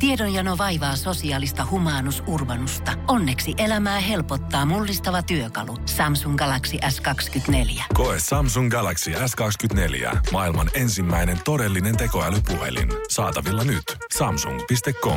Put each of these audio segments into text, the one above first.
Tiedonjano vaivaa sosiaalista humanus urbanusta. Onneksi elämää helpottaa mullistava työkalu. Samsung Galaxy S24. Koe Samsung Galaxy S24. Maailman ensimmäinen todellinen tekoälypuhelin. Saatavilla nyt. Samsung.com.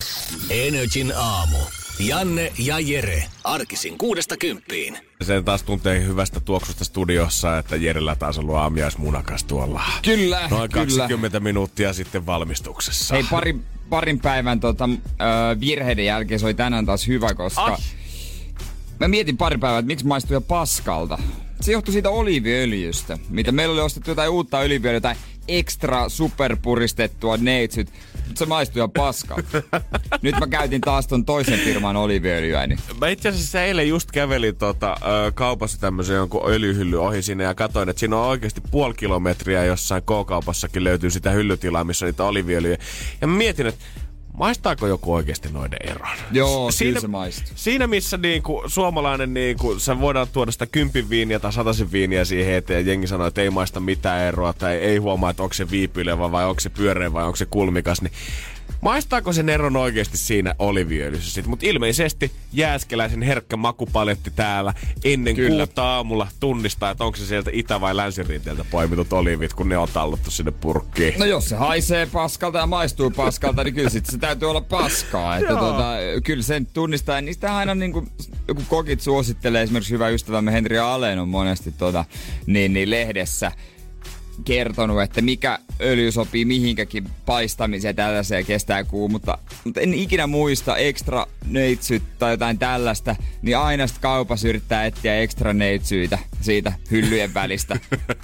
Energin aamu. Janne ja Jere. Arkisin 6–10. Se taas tuntee hyvästä tuoksusta studiossa, että Jerellä taas on ollut aamiaismunakas tuolla. Kyllä, Noin kyllä. 20 minuuttia sitten valmistuksessa. Hei, parin päivän virheiden jälkeen se oli tänään taas hyvä, koska mä mietin pari päivää, että miksi maistuu jo paskalta. Se johtui siitä oliiviöljystä, mitä meillä oli ostettu jotain uutta oliiviöljyä, jotain ekstra superpuristettua neitsyt, mutta se maistuu jo paskalta. Nyt mä käytin taas ton toisen firman oliiviöljyä. Niin. Mä itse asiassa eilen just kävelin kaupassa tämmöisen jonkun öljyhylly ohi sinne ja katsoin, että siinä on oikeasti 0,5 kilometriä jossain K-kaupassakin löytyy sitä hyllytilaa, missä on niitä oliiviöljyjä. Ja mä mietin, että maistaako joku oikeasti noiden eron? Joo, kyllä se maistuu. Siinä missä niinku suomalainen, niinku, sä voidaan tuoda sitä 10 viiniä tai 100 viiniä siihen eteen ja jengi sanoo, että ei maista mitään eroa tai ei huomaa, että onko se viipylevä vai onko se pyöreä vai onko se kulmikas, niin maistaako sen eron oikeasti siinä oliiviöljyssä sitten? Mutta ilmeisesti jääskeläisen herkkä makupaletti täällä ennen 6 aamulla tunnistaa, että onko se sieltä itä- vai länsirinteeltä poimitut oliivit, kun ne on talluttu sinne purkkiin. No jos se haisee paskalta ja maistuu paskalta, niin kyllä sit se täytyy olla paskaa. Että kyllä sen tunnistaa. Ja niistä aina niinku, joku kokit suosittelee, esimerkiksi hyvä ystävämme Henri Alen on monesti niin lehdessä kertonut, että mikä öljy sopii mihinkäkin paistamiseen tällaiseen kestää mutta en ikinä muista ekstra neitsyt tai jotain tällaista, niin aina sit kaupassa yrittää etsiä ekstra neitsyitä siitä hyllyjen välistä.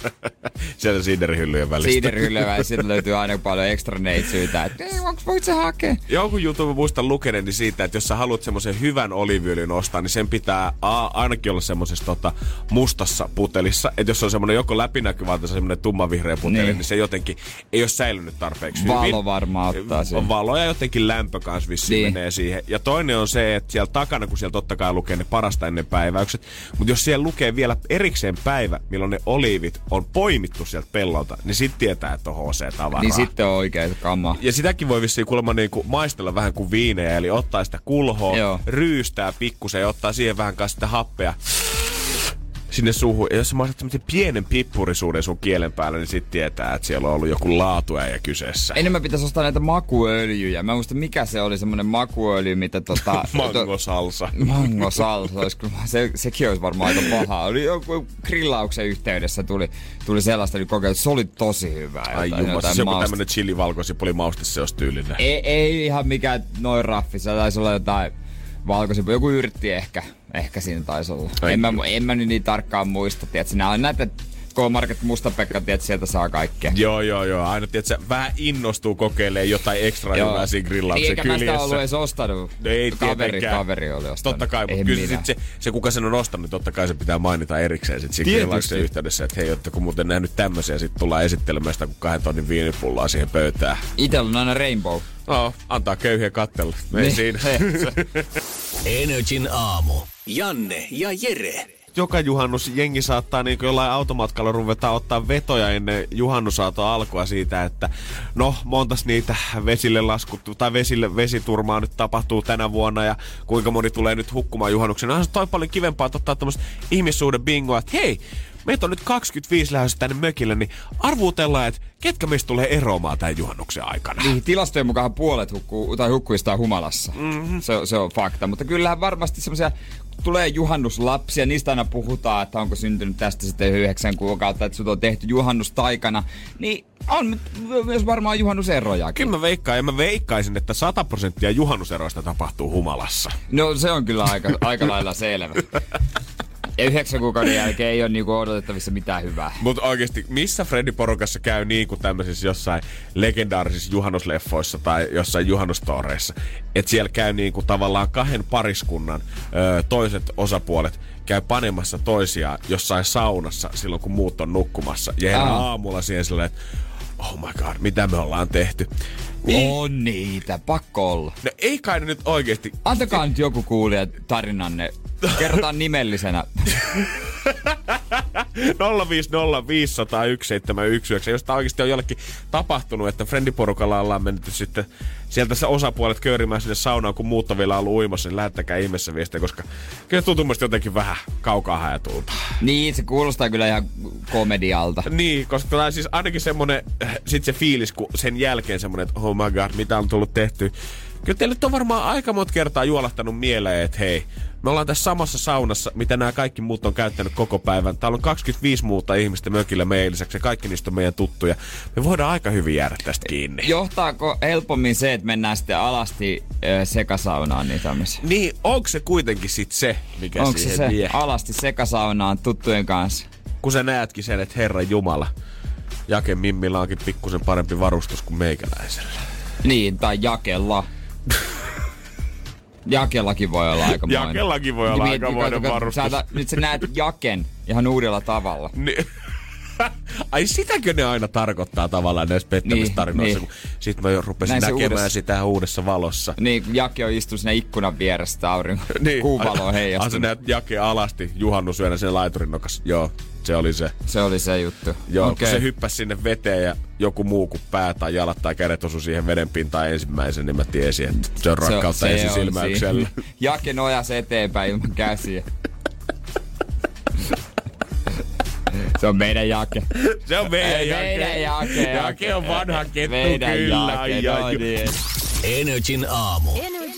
Sieltä siiderihyllyjen välistä. Siiderihyllyjen välistä, sieltä löytyy aina paljon ekstra neitsyitä, että voit sä hakea? Joku juttu mä muistan lukeneeni siitä, että jos sä haluat semmoisen hyvän oliiviöljyn ostaa, niin sen pitää ainakin olla semmoisessa mustassa putelissa, että jos on semmoinen joko läpinäkyvä tai semmoinen tummanvihreä puteli, niin se jotenkin ei ole säilynyt tarpeeksi hyvin. Valo varmaan ottaa siihen. Valo ja jotenkin lämpö kanssa vissiin menee siihen. Ja toinen on se, että siellä takana, kun siellä totta kai lukee ne parasta ennen päiväykset, mutta jos siellä lukee vielä erikseen päivä, milloin ne oliivit on poimittu sieltä pellolta, niin sit tietää, että on HC-tavaraa. Niin sitten on oikein kammaa. Ja sitäkin voi vissiin kuulemma niinku maistella vähän kuin viinejä, eli ottaa sitä kulhoa, ryystää pikkusen ja ottaa siihen vähän kanssa sitä happea sinne suuhun. Ja jos sä maistat semmoisen pienen pippurisuuden sun kielen päällä, niin sit tietää, että siellä on ollut joku laatuäijä kyseessä. Enemmän pitäisi ostaa näitä makuöljyjä. Mä en muista, mikä se oli semmonen makuöljy, mitä Mangosalsa. Mangosalsa. Sekin olisi varmaan aika pahaa. Oli joku grillauksen yhteydessä tuli sellaista nyt kokeilla, että se oli tosi hyvää. Ai jummas, se joku tämmönen chili valkosipuli mauste, se olisi tyylinen. Ei ihan mikään noin raffi. Se taisi olla jotain valkosipuli. Joku yrtti ehkä siinä taisi olla. En mä nyt niin tarkkaan muista, tiedätkö? Nää on näitä K-Market Mustapekka, tiedätkö, sieltä saa kaikkea. Joo. Aina, tiedätkö, vähän innostuu kokeilemaan jotain ekstra hyvää siinä grillauksen kyljessä. Eikä mä sitä ollut edes ostanut. No ei Kaveri oli ostanut. Totta kai, mutta kyllä se kuka sen on ostanut, niin totta kai se pitää mainita erikseen sit siinä grillauksen yhteydessä, että hei, ootteko muuten nähnyt tämmöisiä, sit tullaan esittelemään sitä, kun 2 tonnin viinipullaa siihen pöytään. Itellä on aina Rainbow. No, antaa köyhiä katsella. Mene siinä. Energin aamu. Janne ja Jere. Joka juhannus jengi saattaa niin jollain automatkalla ruveta ottaa vetoja ennen juhannusaaton alkua siitä, että no montas niitä vesille laskuttu tai vesiturmaa nyt tapahtuu tänä vuonna ja kuinka moni tulee nyt hukkumaan juhannuksena. On se toi paljon kivempaa ottaa tämmöistä ihmissuuden bingoa, että hei, meitä on nyt 25 lähdössä tänne mökille, niin arvuutellaan, että ketkä meistä tulee eroamaan tämän juhannuksen aikana. Niin, tilastojen mukaan puolet hukkuistaan humalassa. Mm-hmm. Se on fakta, mutta kyllähän varmasti semmoisia tulee juhannuslapsia, niistä aina puhutaan, että onko syntynyt tästä sitten 9 kuukautta, että sut on tehty juhannustaikana, niin on myös varmaan juhannuserojakin. Kyllä mä veikkaisin, että 100% juhannuseroista tapahtuu humalassa. No se on kyllä aika lailla selvä. Ja 9 kuukauden jälkeen ei ole niinku odotettavissa mitään hyvää. Mutta oikeesti, missä Freddy-porukassa käy niin kuin tämmöisissä jossain legendaarisissa juhannusleffoissa tai jossain juhannustoreissa, että siellä käy niinku tavallaan 2 pariskunnan toiset osapuolet käy panemassa toisiaan jossain saunassa silloin, kun muut on nukkumassa. Ja herää aamulla siihen silleen, että oh my god, mitä me ollaan tehty. On niitä, pakko olla. No ei kai nyt oikeesti. Antakaa nyt joku kuulija tarinanne. Kerrotaan nimellisenä. 050501719, jos tää oikeesti on jollekin tapahtunut, että friendiporukalla ollaan mennyt sitten sieltä se osapuolet köyrimään sinne saunaan, kun muut on vielä ollut uimassa, niin lähettäkää ihmeessä viestiä, koska kyllä tuntuu musta jotenkin vähän kaukaa hajatulta. Niin, se kuulostaa kyllä ihan komedialta. Niin, koska tämä on siis ainakin semmonen, sit se fiilis, kun sen jälkeen semmonen, että oh my god, mitä on tullut tehty. Kyllä teille on varmaan aika monta kertaa juolahtanut mieleen, että hei, me ollaan tässä samassa saunassa, mitä nämä kaikki muut on käyttänyt koko päivän. Täällä on 25 muuta ihmistä mökillä meidän lisäksi ja kaikki niistä on meidän tuttuja. Me voidaan aika hyvin jäädä tästä kiinni. Johtaako helpommin se, että mennään sitten alasti sekasaunaan niin tämmöisiä? Niin, onko se kuitenkin sit se, mikä onko siihen se vie? alasti sekasaunaan tuttujen kanssa? Kun sä näetkin sen, että Herran Jumala, Jake Mimmillä onkin pikkusen parempi varustus kuin meikäläisellä. Niin, tai Jakella. Jakellakin voi olla aikamoinen. Jakellakin voi olla aikamoinen varustus. Nyt sä näet Jaken ihan uudella tavalla. Ai sitäkö ne aina tarkoittaa tavallaan näissä pettämistarinoissa, niin. kun sit mä rupesin näkemään sitä uudessa valossa. Niin, kun Jake on istunut siinä ikkunan vieressä aurinko. Niin. Kuuvalo on heijastunut. Sä näet Jake alasti juhannusyönä sen laiturin nokas. Joo, se oli se. Se oli se juttu. Joo, okay. Kun se hyppäsi sinne veteen ja joku muu kuin pää tai jalat tai kädet osui siihen veden pintaan ensimmäisen, niin mä tiesin, että se on rakkautta ensisilmäyksellä. Jake nojasi eteenpäin ilman käsiä. Se on meidän Jake. Se on meidän Jake. Meidän Jake. Jake on vanha kettu meidän kyllä. Jake, niin. NRJ:n aamu.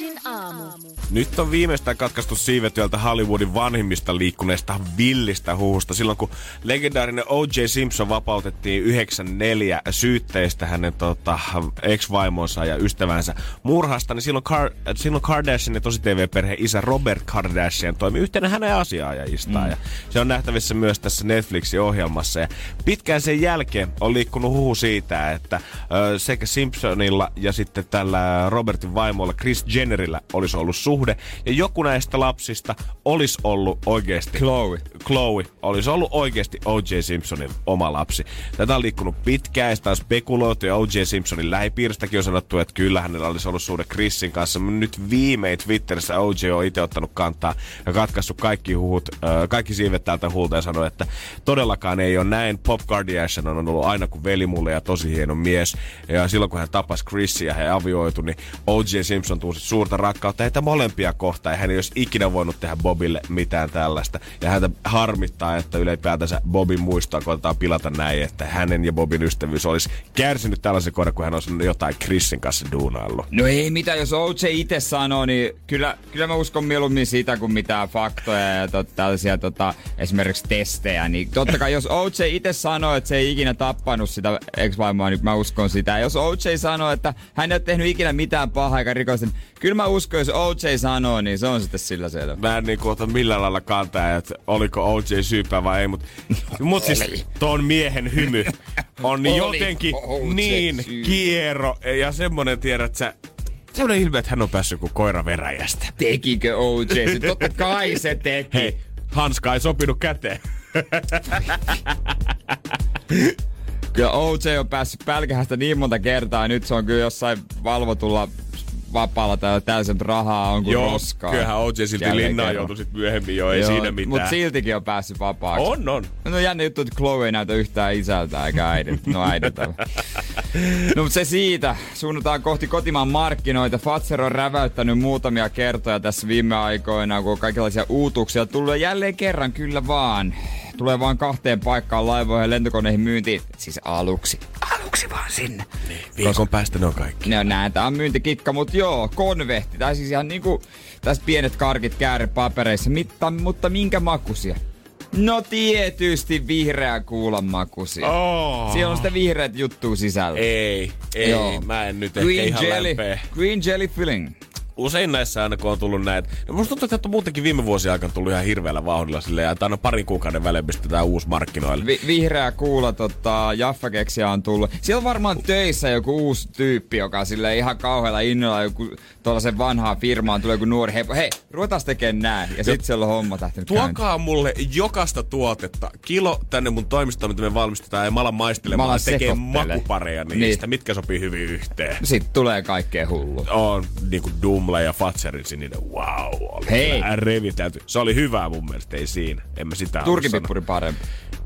Nyt on viimeistään katkaistu siivet yöltä Hollywoodin vanhimmista liikkuneesta villistä huhusta. Silloin kun legendaarinen O.J. Simpson vapautettiin 94 syytteistä hänen ex-vaimonsa ja ystävänsä murhasta, niin silloin Kardashian ja tosi TV-perheen isä Robert Kardashian toimi yhtenä hänen asiaajajistaan. Ja se on nähtävissä myös tässä Netflixin ohjelmassa. Ja pitkään sen jälkeen on liikkunut huhu siitä, että sekä Simpsonilla ja sitten tällä Robertin vaimolla Kris Jennerillä olisi ollut suhde. Ja joku näistä lapsista olisi ollut oikeasti... Chloe olisi ollut oikeasti O.J. Simpsonin oma lapsi. Tätä on liikkunut pitkään ja sitä on spekuloitu ja O.J. Simpsonin lähipiiristäkin on sanottu, että kyllä hänellä olisi ollut suhde Chrisin kanssa. Nyt viimein Twitterissä O.J. on itse ottanut kantaa ja katkaissut kaikki huhut, kaikki siivet täältä huulta ja sanoi, että todellakaan ei ole näin. Pop Kardashian on ollut aina kuin veli mulle ja tosi hieno mies. Ja silloin kun hän tapasi Chrisia ja he avioitu, niin O.J. Simpson tunsi suurta rakkautta heitä molempia kohtaan. Ja hän ei olisi ikinä voinut tehdä Bobille mitään tällaista. Ja häntä harmittaa, että ylipäätänsä Bobin muistoa koetetaan pilata näin, että hänen ja Bobin ystävyys olisi kärsinyt tällaisen kohdan, kun hän on jotain Chrisin kanssa duunaillut. No ei mitään, jos O.J. itse sanoo, niin kyllä mä uskon mieluummin sitä kuin mitään faktoja ja tällaisia esimerkiksi testejä. Niin totta kai jos O.J. itse sanoo, että se ei ikinä tappanut sitä ex-vaimoa, niin mä uskon sitä. Jos O.J. sanoo, että hän ei ole tehnyt ikinä mitään pahaa eikä rikosta, niin kyllä mä uskon, jos O.J. sanoo, niin se on sitten sillä selvä. Mä en niinku ota millään lailla kantaa, että oliko O.J. syypää vai ei, mut siis ton miehen hymy on jotenkin niin kiero ja semmonen, tiedät sä, semmonen ilme, että hän on päässyt kuin koira veräjästä. Tekikö O.J.? Totta kai se teki. Hei, hanska ei sopinut käteen. Kyllä O.J. on päässyt pälkähästä niin monta kertaa, nyt se on kyllä jossain valvotulla vapaalla täällä täysin rahaa on kuin roskaa. Kyllähän O.J. silti linnaan joutui sit myöhemmin jo, ei siinä mitään. Mut siltikin on päässyt vapaaksi. On. No jännä juttu, että Chloe ei näytä yhtään isältä eikä äidiltä. No äidiltä. No mut se siitä. Suunnataan kohti kotimaan markkinoita. Fazer on räväyttänyt muutamia kertoja tässä viime aikoina, kun on kaikenlaisia uutuuksia tullut. jälleen kerran kyllä vaan. Tulee vaan 2 paikkaan laivoihin ja lentokoneihin myyntiin. Siis aluksi vaan sinne. Niin, viikon päästä ne on kaikki. No näin, tää on myyntikikka, mut joo, konvehti. Tai siis ihan niinku tässä pienet karkit käärepapereissa, mutta minkä makuisia? No tietysti vihreä kuulan makuisia. Oh. Siellä on sitä vihreät juttua sisällä. Ei, joo. Mä en nyt green ehkä ihan jelly, lämpää. Green jelly filling. Usein näissä aina, kun on tullut näitä. Musta tuntuu, että on muutenkin viime vuosien aikana tullut ihan hirveällä vauhdilla silleen, että aina parin kuukauden välein pistetään uusi markkinoille. Vihreä kuula, Jaffa-keksiä on tullut. Siellä on varmaan töissä joku uusi tyyppi, joka silleen ihan kauhealla innolla joku tuollaisen vanhaan firmaan tulee joku nuori hepo. Hei, ruvetaan tekemään näin. Ja sit siellä on homma tähtänyt Tuokaa mulle jokaista tuotetta. Kilo tänne mun toimistoon, mitä me valmistetaan. Ja mä alan maistelemaan ja tekee makupareja niistä, mitkä sopii hyvin yhteen. Sitten tulee kaikkea hullu. On niinku Dumle ja Fatserin sininen. Wow. Oli revitelty. Se oli hyvää mun mielestä, ei siinä. En mä sitä Turkipippuri parempi.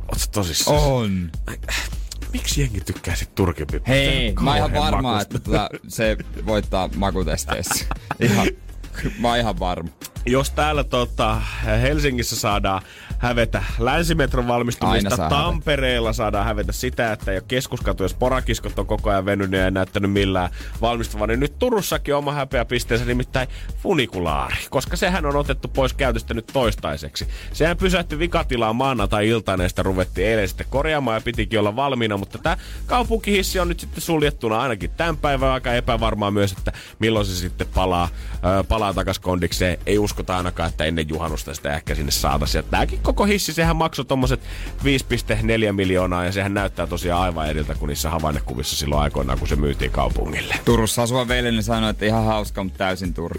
Oot sä tosissaan? On. Miksi jengi tykkää sit Turkin pipoista? Hei, mä oon ihan varma, että se voittaa makutesteissä. Mä oon ihan varma. Jos täällä Helsingissä saadaan hävetä Länsimetron valmistumista, Tampereella saadaan hävetä sitä, että jo keskuskatu ja sporakiskot on koko ajan venynyt ja ei näyttänyt millään valmistuvan, niin nyt Turussakin on oma häpeäpisteensä, nimittäin funikulaari, koska sehän on otettu pois käytöstä nyt toistaiseksi. Sehän pysähtyi vikatilaan maanantai-iltaina ja sitä ruvettiin eilen sitten korjaamaan ja pitikin olla valmiina, mutta tämä kaupunkihissi on nyt sitten suljettuna ainakin tämän päivän, aika epävarmaa myös, että milloin se sitten palaa takas kondikseen. Ei uskota ainakaan, että ennen juhannusta sitä ehkä sinne saataisiin. Tämäkin koko hissi, sehän maksoi tommoset 5,4 miljoonaa ja sehän näyttää tosiaan aivan eriltä kuin niissä havainnekuvissa silloin aikoinaan, kun se myytiin kaupungille. Turussa asuva veljeni sanoi, että ihan hauska, mutta täysin turha.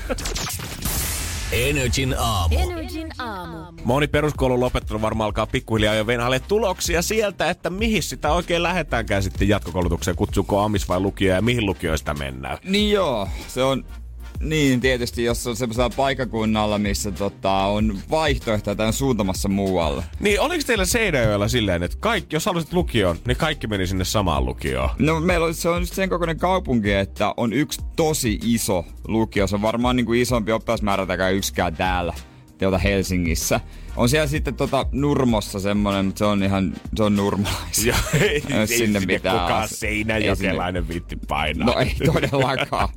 Energin aamu. Moni peruskoulun lopettanut varmaan alkaa pikkuhiljaa jo venhailee tuloksia sieltä, että mihin sitä oikein lähdetäänkään sitten jatkokoulutukseen. Kutsuuko amis vai lukio ja mihin lukioon sitä mennään? Niin joo, se on... Niin, tietysti jos on semmoisella paikakunnalla, missä on vaihtoehtoja tai on suuntamassa muualle. Niin, oliko teillä Seinäjoella silleen, että jos haluaisit lukioon, niin kaikki meni sinne samaan lukioon? No meillä se on just sen kokoinen kaupunki, että on yksi tosi iso lukio. Se on varmaan niin kuin isompi oppilasmäärältäkään yksikään täällä Helsingissä. On siellä sitten Nurmossa semmonen, mutta se on nurmalaisia. Ei sinne kukaan seinäjokelainen viitti painaa. No ei todellakaan.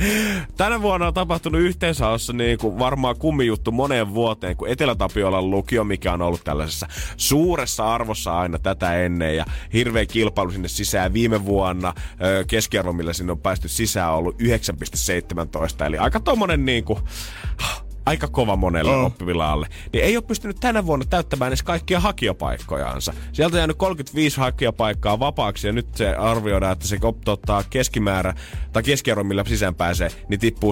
Tänä vuonna on tapahtunut yhteishaossa niinku varmaan kummijuttu moneen vuoteen, kun Etelä-Tapiolan lukio, mikä on ollut tällaisessa suuressa arvossa aina tätä ennen ja hirveä kilpailu sinne sisään. Viime vuonna keskiarvo, millä sinne on päästy sisään, on ollut 9,17, eli aika tommonen niinku... aika kova monelle oppilaalle, niin ei ole pystynyt tänä vuonna täyttämään edes kaikkia hakijapaikkojaansa. Sieltä on jäänyt 35 hakijapaikkaa vapaaksi ja nyt se arvioidaan, että se keskimäärä tai keskiarvo, millä sisään pääsee, niin tippuu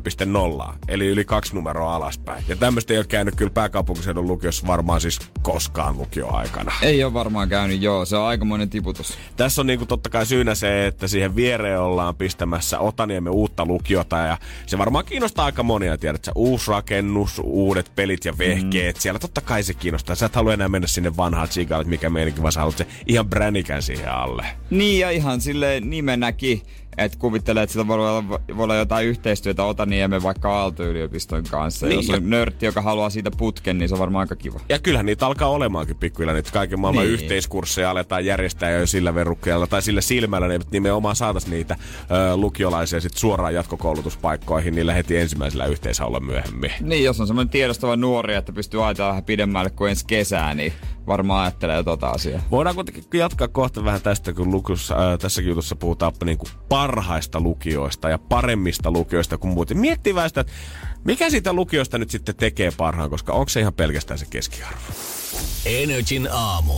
7,0, eli yli 2 numeroa alaspäin. Ja tämmöistä ei ole käynyt kyllä pääkaupunkiseudun lukiossa varmaan siis koskaan lukioaikana. Ei ole varmaan käynyt, joo, se on aikamoinen tiputus. Tässä on niinku totta kai syynä se, että siihen viereen ollaan pistämässä Otaniemen uutta lukiota ja se varmaan kiinnostaa aika monia, tiedätkö, uusi rakennus, uudet pelit ja vehkeet. Siellä totta kai se kiinnostaa. Sä et halua enää mennä sinne vanhaan tsiikalle, mikä meininkin, vaan sä haluat se ihan bränikän siihen alle. Niin ja ihan silleen nimenäkin, että kuvittelee, että sillä voi olla jotain yhteistyötä Otaniemen vaikka Aalto-yliopiston kanssa. Niin, jos on nörtti, joka haluaa siitä putken, niin se on varmaan aika kiva. Ja kyllähän niitä alkaa olemaankin pikkuhiljaa. Niitä kaiken maailman yhteiskursseja aletaan järjestää jo sillä verukkeella tai sillä silmällä, niin nimenomaan saataisiin niitä lukiolaisia sit suoraan jatkokoulutuspaikkoihin niillä heti ensimmäisellä yhteishaulla myöhemmin. Niin, jos on semmoinen tiedostava nuori, että pystyy ajatella vähän pidemmälle kuin ensi kesää, niin varmaan ajattelee jo asiaa. Voidaan kuitenkin jatkaa kohta vähän tästä, kun tässäkin jutussa puhutaan niinku parhaista lukioista ja paremmista lukioista kuin muuten. Miettii vähän sitä, että mikä siitä lukiosta nyt sitten tekee parhaan, koska onko se ihan pelkästään se keskiarvo? Energin aamu.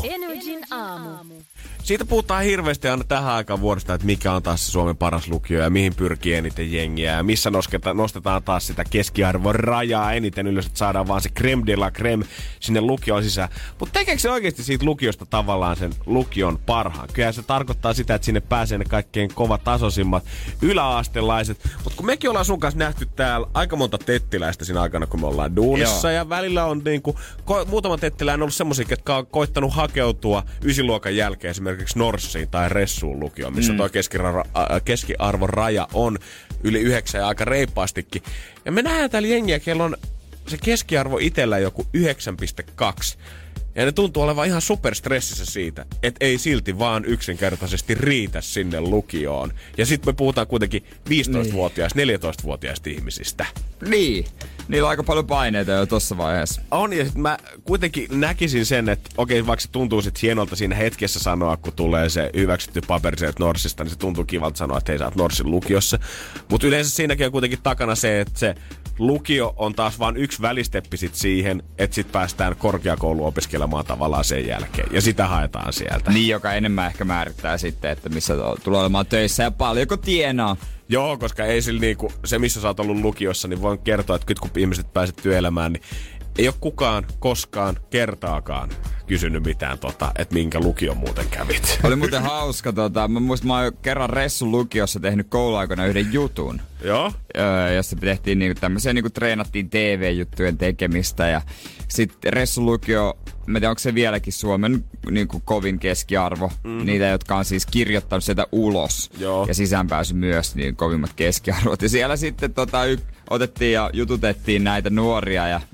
Siitä puhutaan hirveästi aina tähän aikaan vuodesta, että mikä on taas se Suomen paras lukio ja mihin pyrkii eniten jengiä ja missä nostetaan taas sitä keskiarvon rajaa eniten ylös, että saadaan vaan se crème de la crème sinne lukioon sisään. Mutta tekeekö se oikeasti siitä lukiosta tavallaan sen lukion parhaan? Kyllähän se tarkoittaa sitä, että sinne pääsee ne kaikkein kovatasoisimmat yläastelaiset. Mutta kun mekin ollaan sun kanssa nähty täällä aika monta tettiläistä siinä aikana, kun me ollaan duunissa. Joo. Ja välillä on niinku, muutama tettiläinen ollut semmosia, jotka on koittanut hakeutua 9-luokan jälkeen esimerkiksi Norssiin tai Ressuun lukioon, missä tuo keskiarvon raja on yli 9 ja aika reippaastikin. Ja me nähdään täällä jengiä, kello on se keskiarvo itsellä joku 9,2. Ja ne tuntuu olevan ihan superstressissä siitä, että ei silti vaan yksinkertaisesti riitä sinne lukioon. Ja sitten me puhutaan kuitenkin 15-vuotiaista, 14-vuotiaista ihmisistä. Niin. Niillä on aika paljon paineita jo tossa vaiheessa. On, ja sit mä kuitenkin näkisin sen, että okei, vaikka se tuntuu sit hienolta siinä hetkessä sanoa, kun tulee se hyväksytty paperi sieltä Norssista, niin se tuntuu kivalta sanoa, että hei, sä oot Norssin lukiossa. Mutta yleensä siinäkin on kuitenkin takana se, että se lukio on taas vaan yksi välisteppi sit siihen, että sit päästään korkeakouluun opiskelemaan tavallaan sen jälkeen. Ja sitä haetaan sieltä. Niin, joka enemmän ehkä määrittää sitten, että missä tulee olemaan töissä ja paljonko tienaa. Joo, koska ei sillä niinku, se missä sä oot ollut lukiossa, niin voin kertoa, että kun ihmiset pääset työelämään, niin Ei ole kukaan koskaan kertaakaan kysynyt mitään että minkä lukion muuten kävit. Oli muuten hauska, mä muistan, mä oon kerran Ressun lukiossa tehnyt kouluaikana yhden jutun. Joo. Jossa tehtiin niinku tämmöisiä, niinku treenattiin TV-juttujen tekemistä ja sitten Ressun lukio, mä tiedän, onko se vieläkin Suomen niinku kovin keskiarvo, niitä, jotka on siis kirjoittanut sieltä ulos. Joo. Ja sisäänpääsy myös, niin kovimmat keskiarvot. Ja siellä sitten otettiin ja jututettiin näitä nuoria ja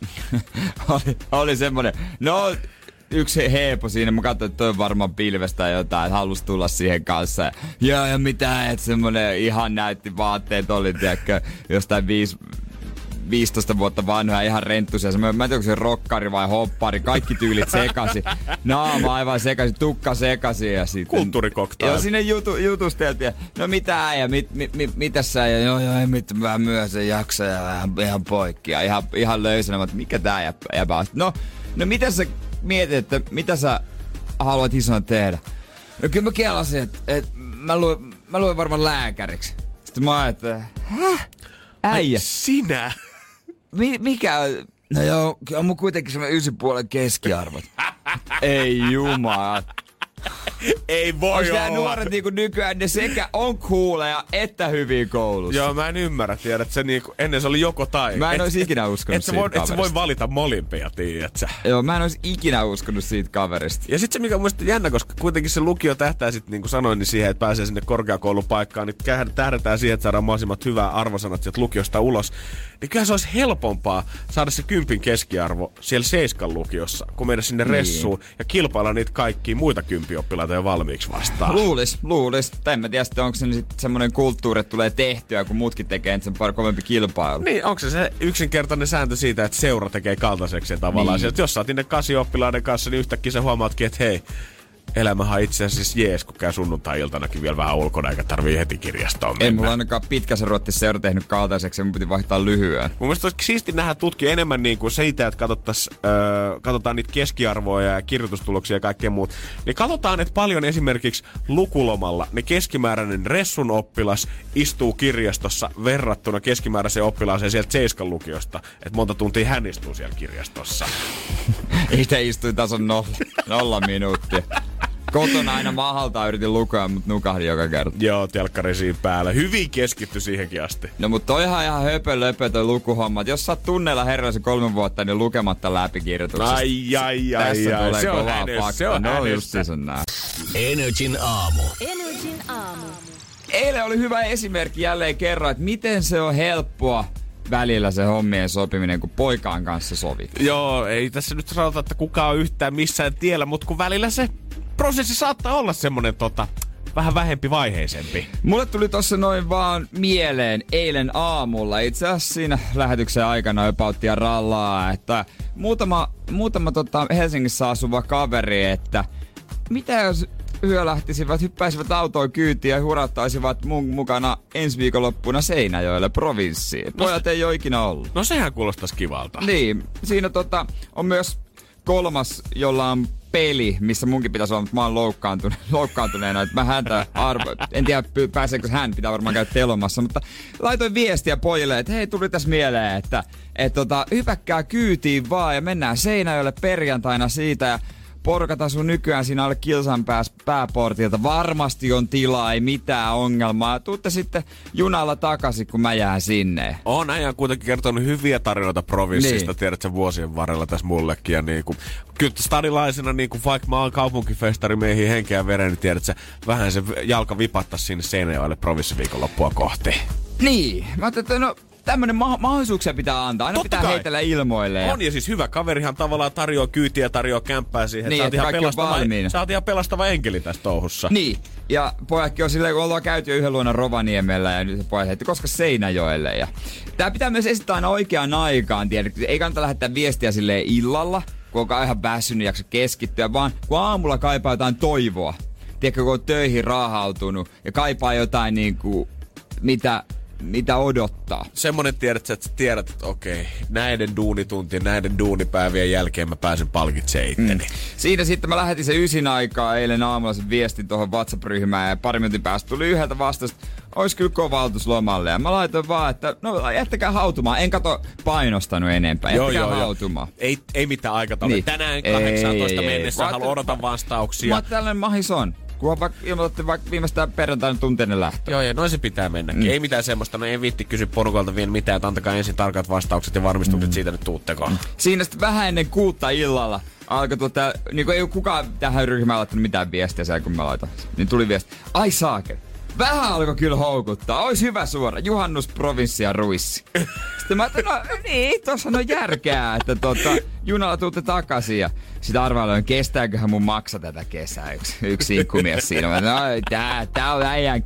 oli semmonen, no yksi heepo siinä, mä katsoin, että toi on varmaan pilvestä tai jotain, että halus tulla siihen kanssa. Ja mitä, että semmonen ihan näytti vaatteet oli, tiedätkö, jostain 15 vuotta vanhoja, ihan renttuisia. Mä en tiedä, onko se rokkari vai hoppari, kaikki tyylit sekaisin. Naama aivan sekaisin, tukka sekaisin ja sitten... Kulttuurikoktail. Ja sinne jutusteltiin. No mitä äijä, mitä sä äijä? Joo, ei mitään, vähän myöhäisen jaksa ja ihan poikki. Ja ihan löysänä, mutta mikä tää jäbä on? No mitä sä mietit, että mitä sä haluat isona tehdä? No kyllä mä kelasin, että mä luin varmaan lääkäriksi. Sitten mä ajattelin, häh? Äijä. Ai sinä? Mikä on? No joo, on mun kuitenkin semmoinen 9,5 keskiarvot. Ei jumala. Ei voi olla. Nämä nuoret niinku nykyään, ne sekä on cooleja että hyviä koulussa. Joo, mä en ymmärrä, tiedät, se niinku, ennen se oli joko tai. Mä en olisi ikinä uskonut siitä kaverista. Et sä voi valita molempia, tiedätkö? Joo, mä en olisi ikinä uskonut siitä kaverista. Ja sit se, mikä on mun jännä, koska kuitenkin se lukio tähtää sit, niin kuin sanoin, niin siihen, että pääsee sinne korkeakoulupaikkaan, niin tähdätään siihen, että saadaan mahdollisimman hyvää arvosanat sieltä lukiosta ulos. Niin kyllähän se olisi helpompaa saada se 10 keskiarvo siellä 7 lukiossa, kun mennä sinne ressuun ja kilpailla niitä kaikkia muita 10 oppilaita jo valmiiksi vastaan. Luulis. Tai en mä tiedä, onko se sitten semmoinen kulttuuri, että tulee tehtyä, kun muutkin tekee sen paljon kovempi kilpailu. Niin, onko se yksinkertainen sääntö siitä, että seura tekee kaltaiseksi tavallaan. Niin. Sieltä, jos sä oot niiden 8 oppilaiden kanssa, niin yhtäkkiä sä huomaatkin, että hei, elämähän on itse asiassa jees, kun käy sunnuntai-iltanakin vielä vähän ulkona, eikä tarvii heti kirjastoon mennä. Ei mulla ainakaan pitkässä ruotti seura tehnyt kaltaiseksi ja mun piti vaihtaa lyhyen. Mun mielestä olisi siisti nähdä tutkia enemmän niin kuin siitä, että katsotaan niitä keskiarvoja ja kirjoitustuloksia ja kaikkea muut. Niin katsotaan, että paljon esimerkiksi lukulomalla ne keskimääräinen ressun oppilas istuu kirjastossa verrattuna keskimääräiseen oppilaaseen sieltä 7 lukiosta. Että monta tuntia hän istuu siellä kirjastossa. Itse istuin tason 0 minuuttia. Kotona aina mahalta yritin lukea, mutta nukahdin joka kerta. Joo, telkkari siinä päällä. Hyvin keskitty siihenkin asti. No mutta toihan ihan höpö toi lukuhommat. Jos sä oot tunneilla herrallisen 3 vuotta, niin lukematta läpikirjoituksesta. Ai. Tässä tulee se kovaa pakkaa. Se on no justiinsa nää. Energin aamu. Eilen oli hyvä esimerkki jälleen kerran, että miten se on helppoa välillä se hommien sopiminen, kun poikaan kanssa sovit. Joo, ei tässä nyt sanota, että kukaan on yhtään missään tiellä, mutta kun välillä se prosessi saattaa olla semmonen vähän vähempi vaiheisempi. Mulle tuli tossa noin vaan mieleen eilen aamulla. Itse asiassa siinä lähetyksen aikana öpauttia rallaa, että muutama Helsingissä asuva kaveri, että mitä jos hyppäisivät autoon kyytiin ja hurattaisivat mun mukana ensi viikonloppuna Seinäjoelle provinssiin. Pojat ei ole ikinä ollut. No sehän kuulostaisi kivalta. Niin, siinä on myös kolmas, jolla on peli, missä munkin pitäisi olla, mutta mä oon loukkaantuneena, että mä häntä en tiedä pääseekö hän, pitää varmaan käydä telomassa, mutta laitoin viestiä pojille, että hei, tuli tässä mieleen, että hypäkkää kyytiin vaan ja mennään Seinäjoelle perjantaina siitä ja porukat asuu nykyään siinä alle kilsan pääportilta. Varmasti on tilaa, ei mitään ongelmaa. Tuutte sitten junalla takaisin, kun mä jään sinne. On äijä kuitenkin kertonut hyviä tarinoita provinssista, niin. Tiedätkö, vuosien varrella tässä mullekin. Ja kyllä stadilaisena, vaikka mä oon kaupunkifestarimiehiä henkeä ja veren, niin tiedätkö, vähän se jalka vipattaisi sinne Seinäjoelle provinssiviikonloppua kohti. Niin, mä ajattelin, että tämmönen mahdollisuuksia pitää antaa. Aina pitää heitellä ilmoille. On ja siis hyvä kaverihan tavallaan tarjoaa kyytiä ja tarjoaa kämppää siihen. Niin, sä oot ihan pelastava enkeli tässä touhussa. Niin. Ja pojatkin on silleen, kun ollaan käyty yhden luona Rovaniemellä ja nyt se pojat heitti koska Seinäjoelle. Ja tää pitää myös esittää aina oikeaan aikaan, tiedätkö? Ei kannata lähettää viestiä silleen illalla, kun on ihan väsynyt jaksa keskittyä, vaan kun aamulla kaipaa jotain toivoa. Tiedätkö, kun on töihin raahautunut ja kaipaa jotain mitä odottaa. Semmonen tiedät, että sä tiedät, että okei, näiden duunituntien, näiden duunipäivien jälkeen mä pääsen palkitsemaan itteni. Siinä sitten mä lähetin se 9 aikaa eilen aamulla sen viestin tuohon WhatsApp-ryhmään ja pari minuutin päästä tuli yhdeltä vastausta. ois kyllä kova aloitus lomalle. Ja mä laitoin vaan, että no jättäkää hautumaan. En kato painostanut enempää. Jättäkää hautumaan. Ei mitään aikataulua. Niin. Tänään 18 mennessä odotan vastauksia. Mä tällainen mahis on. Kun ilmoitatte vaikka viimeistään perjantaina tunteinen lähtö. Joo, ja noin se pitää mennäkin. Ei mitään semmoista, no en viitti kysyä porukalta vielä mitään, että antakaa ensin tarkat vastaukset ja varmistukset siitä nyt tuutteko. Siinä sitten vähän ennen 6 illalla alkoi niinku ei kukaan tähän ryhmään laittanut mitään viestiä siellä, kun mä laitan. Niin tuli viesti, ai saake. Vähän alkoi kyllä houkuttaa. Ois hyvä suora. Juhannus, provinssi ja ruissi. Sitten mä ajattelin, no niin, tossa on järkeä, että junalla tuutte takaisin. Ja sit arvailuin, kestääköhän mun maksa tätä kesää. Yksi inkkumies siinä. Mä no, tää on äijän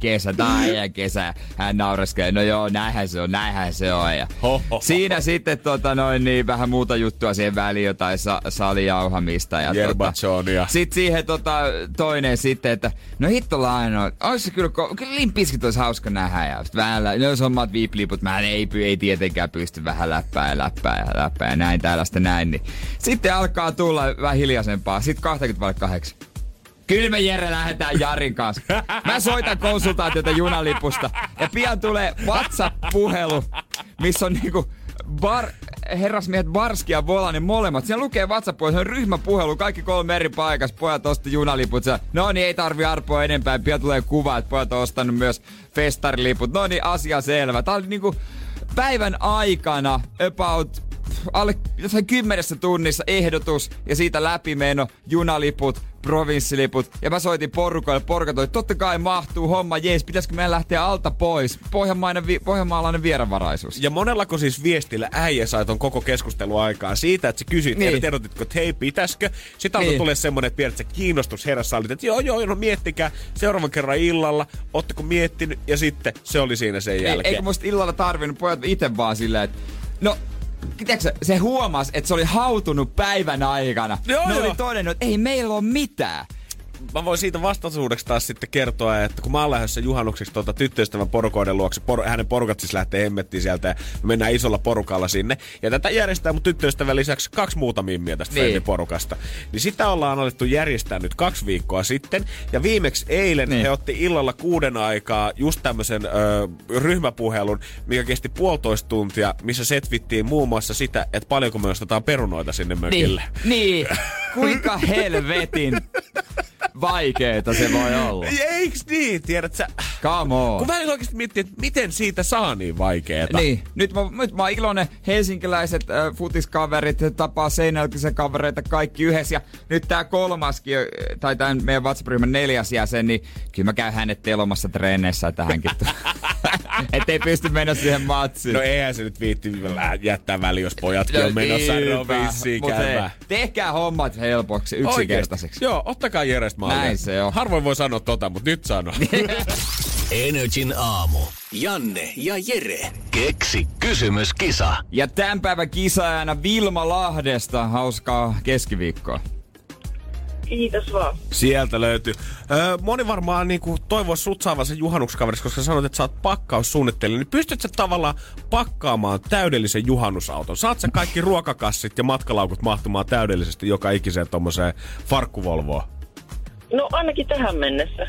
kesä, Hän naureskelee, no joo, näinhän se on. Ja siinä sitten niin vähän muuta juttua siihen väliin, jotain salijauhamista. Ja sit siihen toinen sitten, että no hittolla ois se kyllä Limp Bizkit olisi hauska nähdä. Ja sit vähän, jos on omat viipliput, mä ei tietenkään pysty vähän läppää ja näin tällaista näin. Niin. Sitten alkaa tulla vähän hiljaisempaa. Sitten 20:8. Kyllä me Jere lähdetään Jarin kanssa. Mä soitan konsultaatiota junalipusta. Ja pian tulee WhatsApp-puhelu, missä on niinku herrasmiehet Varski ja Volanen molemmat. Siinä lukee WhatsApp-puhelu, se on ryhmäpuhelu, kaikki 3 eri paikassa. Pojat osti junaliput. No niin, ei tarvi arpoa enempää. Pian tulee kuva, että pojat on ostanut myös festariliput. No niin, asia selvä. Tää oli niinku päivän aikana about alle 10 tunnissa ehdotus ja siitä läpimeno, junaliput, provinssiliput. Ja mä soitin porukalle, porukat oli, totta kai mahtuu homma, jees, pitäisikö meidän lähteä alta pois? Pohjanmaalainen vieranvaraisuus. Ja monellako siis viestillä äijä sai ton koko keskustelun aikaa siitä, että sä kysyit, niin. Ehdotitko, että hei, pitäisikö? Sitten alkoi tulee semmonen, että tiedät, että kiinnostus herässä oli, että joo, no miettikää seuraavan kerran illalla, ootteko miettinyt? Ja sitten se oli siinä sen jälkeen. Eikö musta illalla tarvinnut pojat itse vaan silleen, että no, tiedätkö, se huomasi, että se oli hautunut päivän aikana. Ne oli todennut, että ei meillä ole mitään. Mä voin siitä vastaisuudeksi taas sitten kertoa, että kun mä oon lähdössä juhannukseksi tyttöystävän porukoiden luokse, hänen porukat siis lähtee hemmettiin sieltä ja me mennään isolla porukalla sinne. Ja tätä järjestää mun tyttöystävän lisäksi 2 muuta mimmiä tästä porukasta. Niin sitä ollaan alettu järjestää nyt 2 viikkoa sitten. Ja viimeksi eilen he otti illalla 6 aikaa just tämmösen ryhmäpuhelun, mikä kesti 1,5 tuntia, missä setvittiin muun muassa sitä, että paljonko me ostetaan perunoita sinne mökille. Niin. Kuinka helvetin vaikeeta se voi olla. Eiks niin? Tiedät sä? Come on. Kun mä en oikeesti miettiä, että miten siitä saa niin vaikeeta. Niin. Nyt mä oon iloinen. Helsinkiläiset futiskaverit tapaa Seinäjokisen kavereita kaikki yhdessä. Ja nyt tää 3. tai tän meidän WhatsApp-ryhmän 4. jäsen, niin kyllä mä käyn hänet telomassa treeneissä tähänkin. Ettei pysty mennä siihen matsiin. No eihän se nyt viitti jättää väliin, jos pojatkin on menossa Rovissiin käymään. Tehkää hommat helpoksi, yksinkertaiseksi. Joo, ottakaa Jerestä mallia. Näin se on. Harvoin voi sanoa mutta nyt sano. NRJ:n aamu. Janne ja Jere. Keksi kysymyskisa. Ja tämän päivän kisaajana Vilma Lahdesta. Hauskaa keskiviikkoa. Kiitos vaan. Sieltä löytyy. Moni varmaan niinku toivoisi sut saavan sen juhannukskaveriksi, koska sanoit, että sä oot pakkaussuunnittelija. Niin pystyt sä tavallaan pakkaamaan täydellisen juhannusauton? Saat sä kaikki ruokakassit ja matkalaukut mahtumaan täydellisesti joka ikiseen tommoseen farkkuvolvoon? No ainakin tähän mennessä.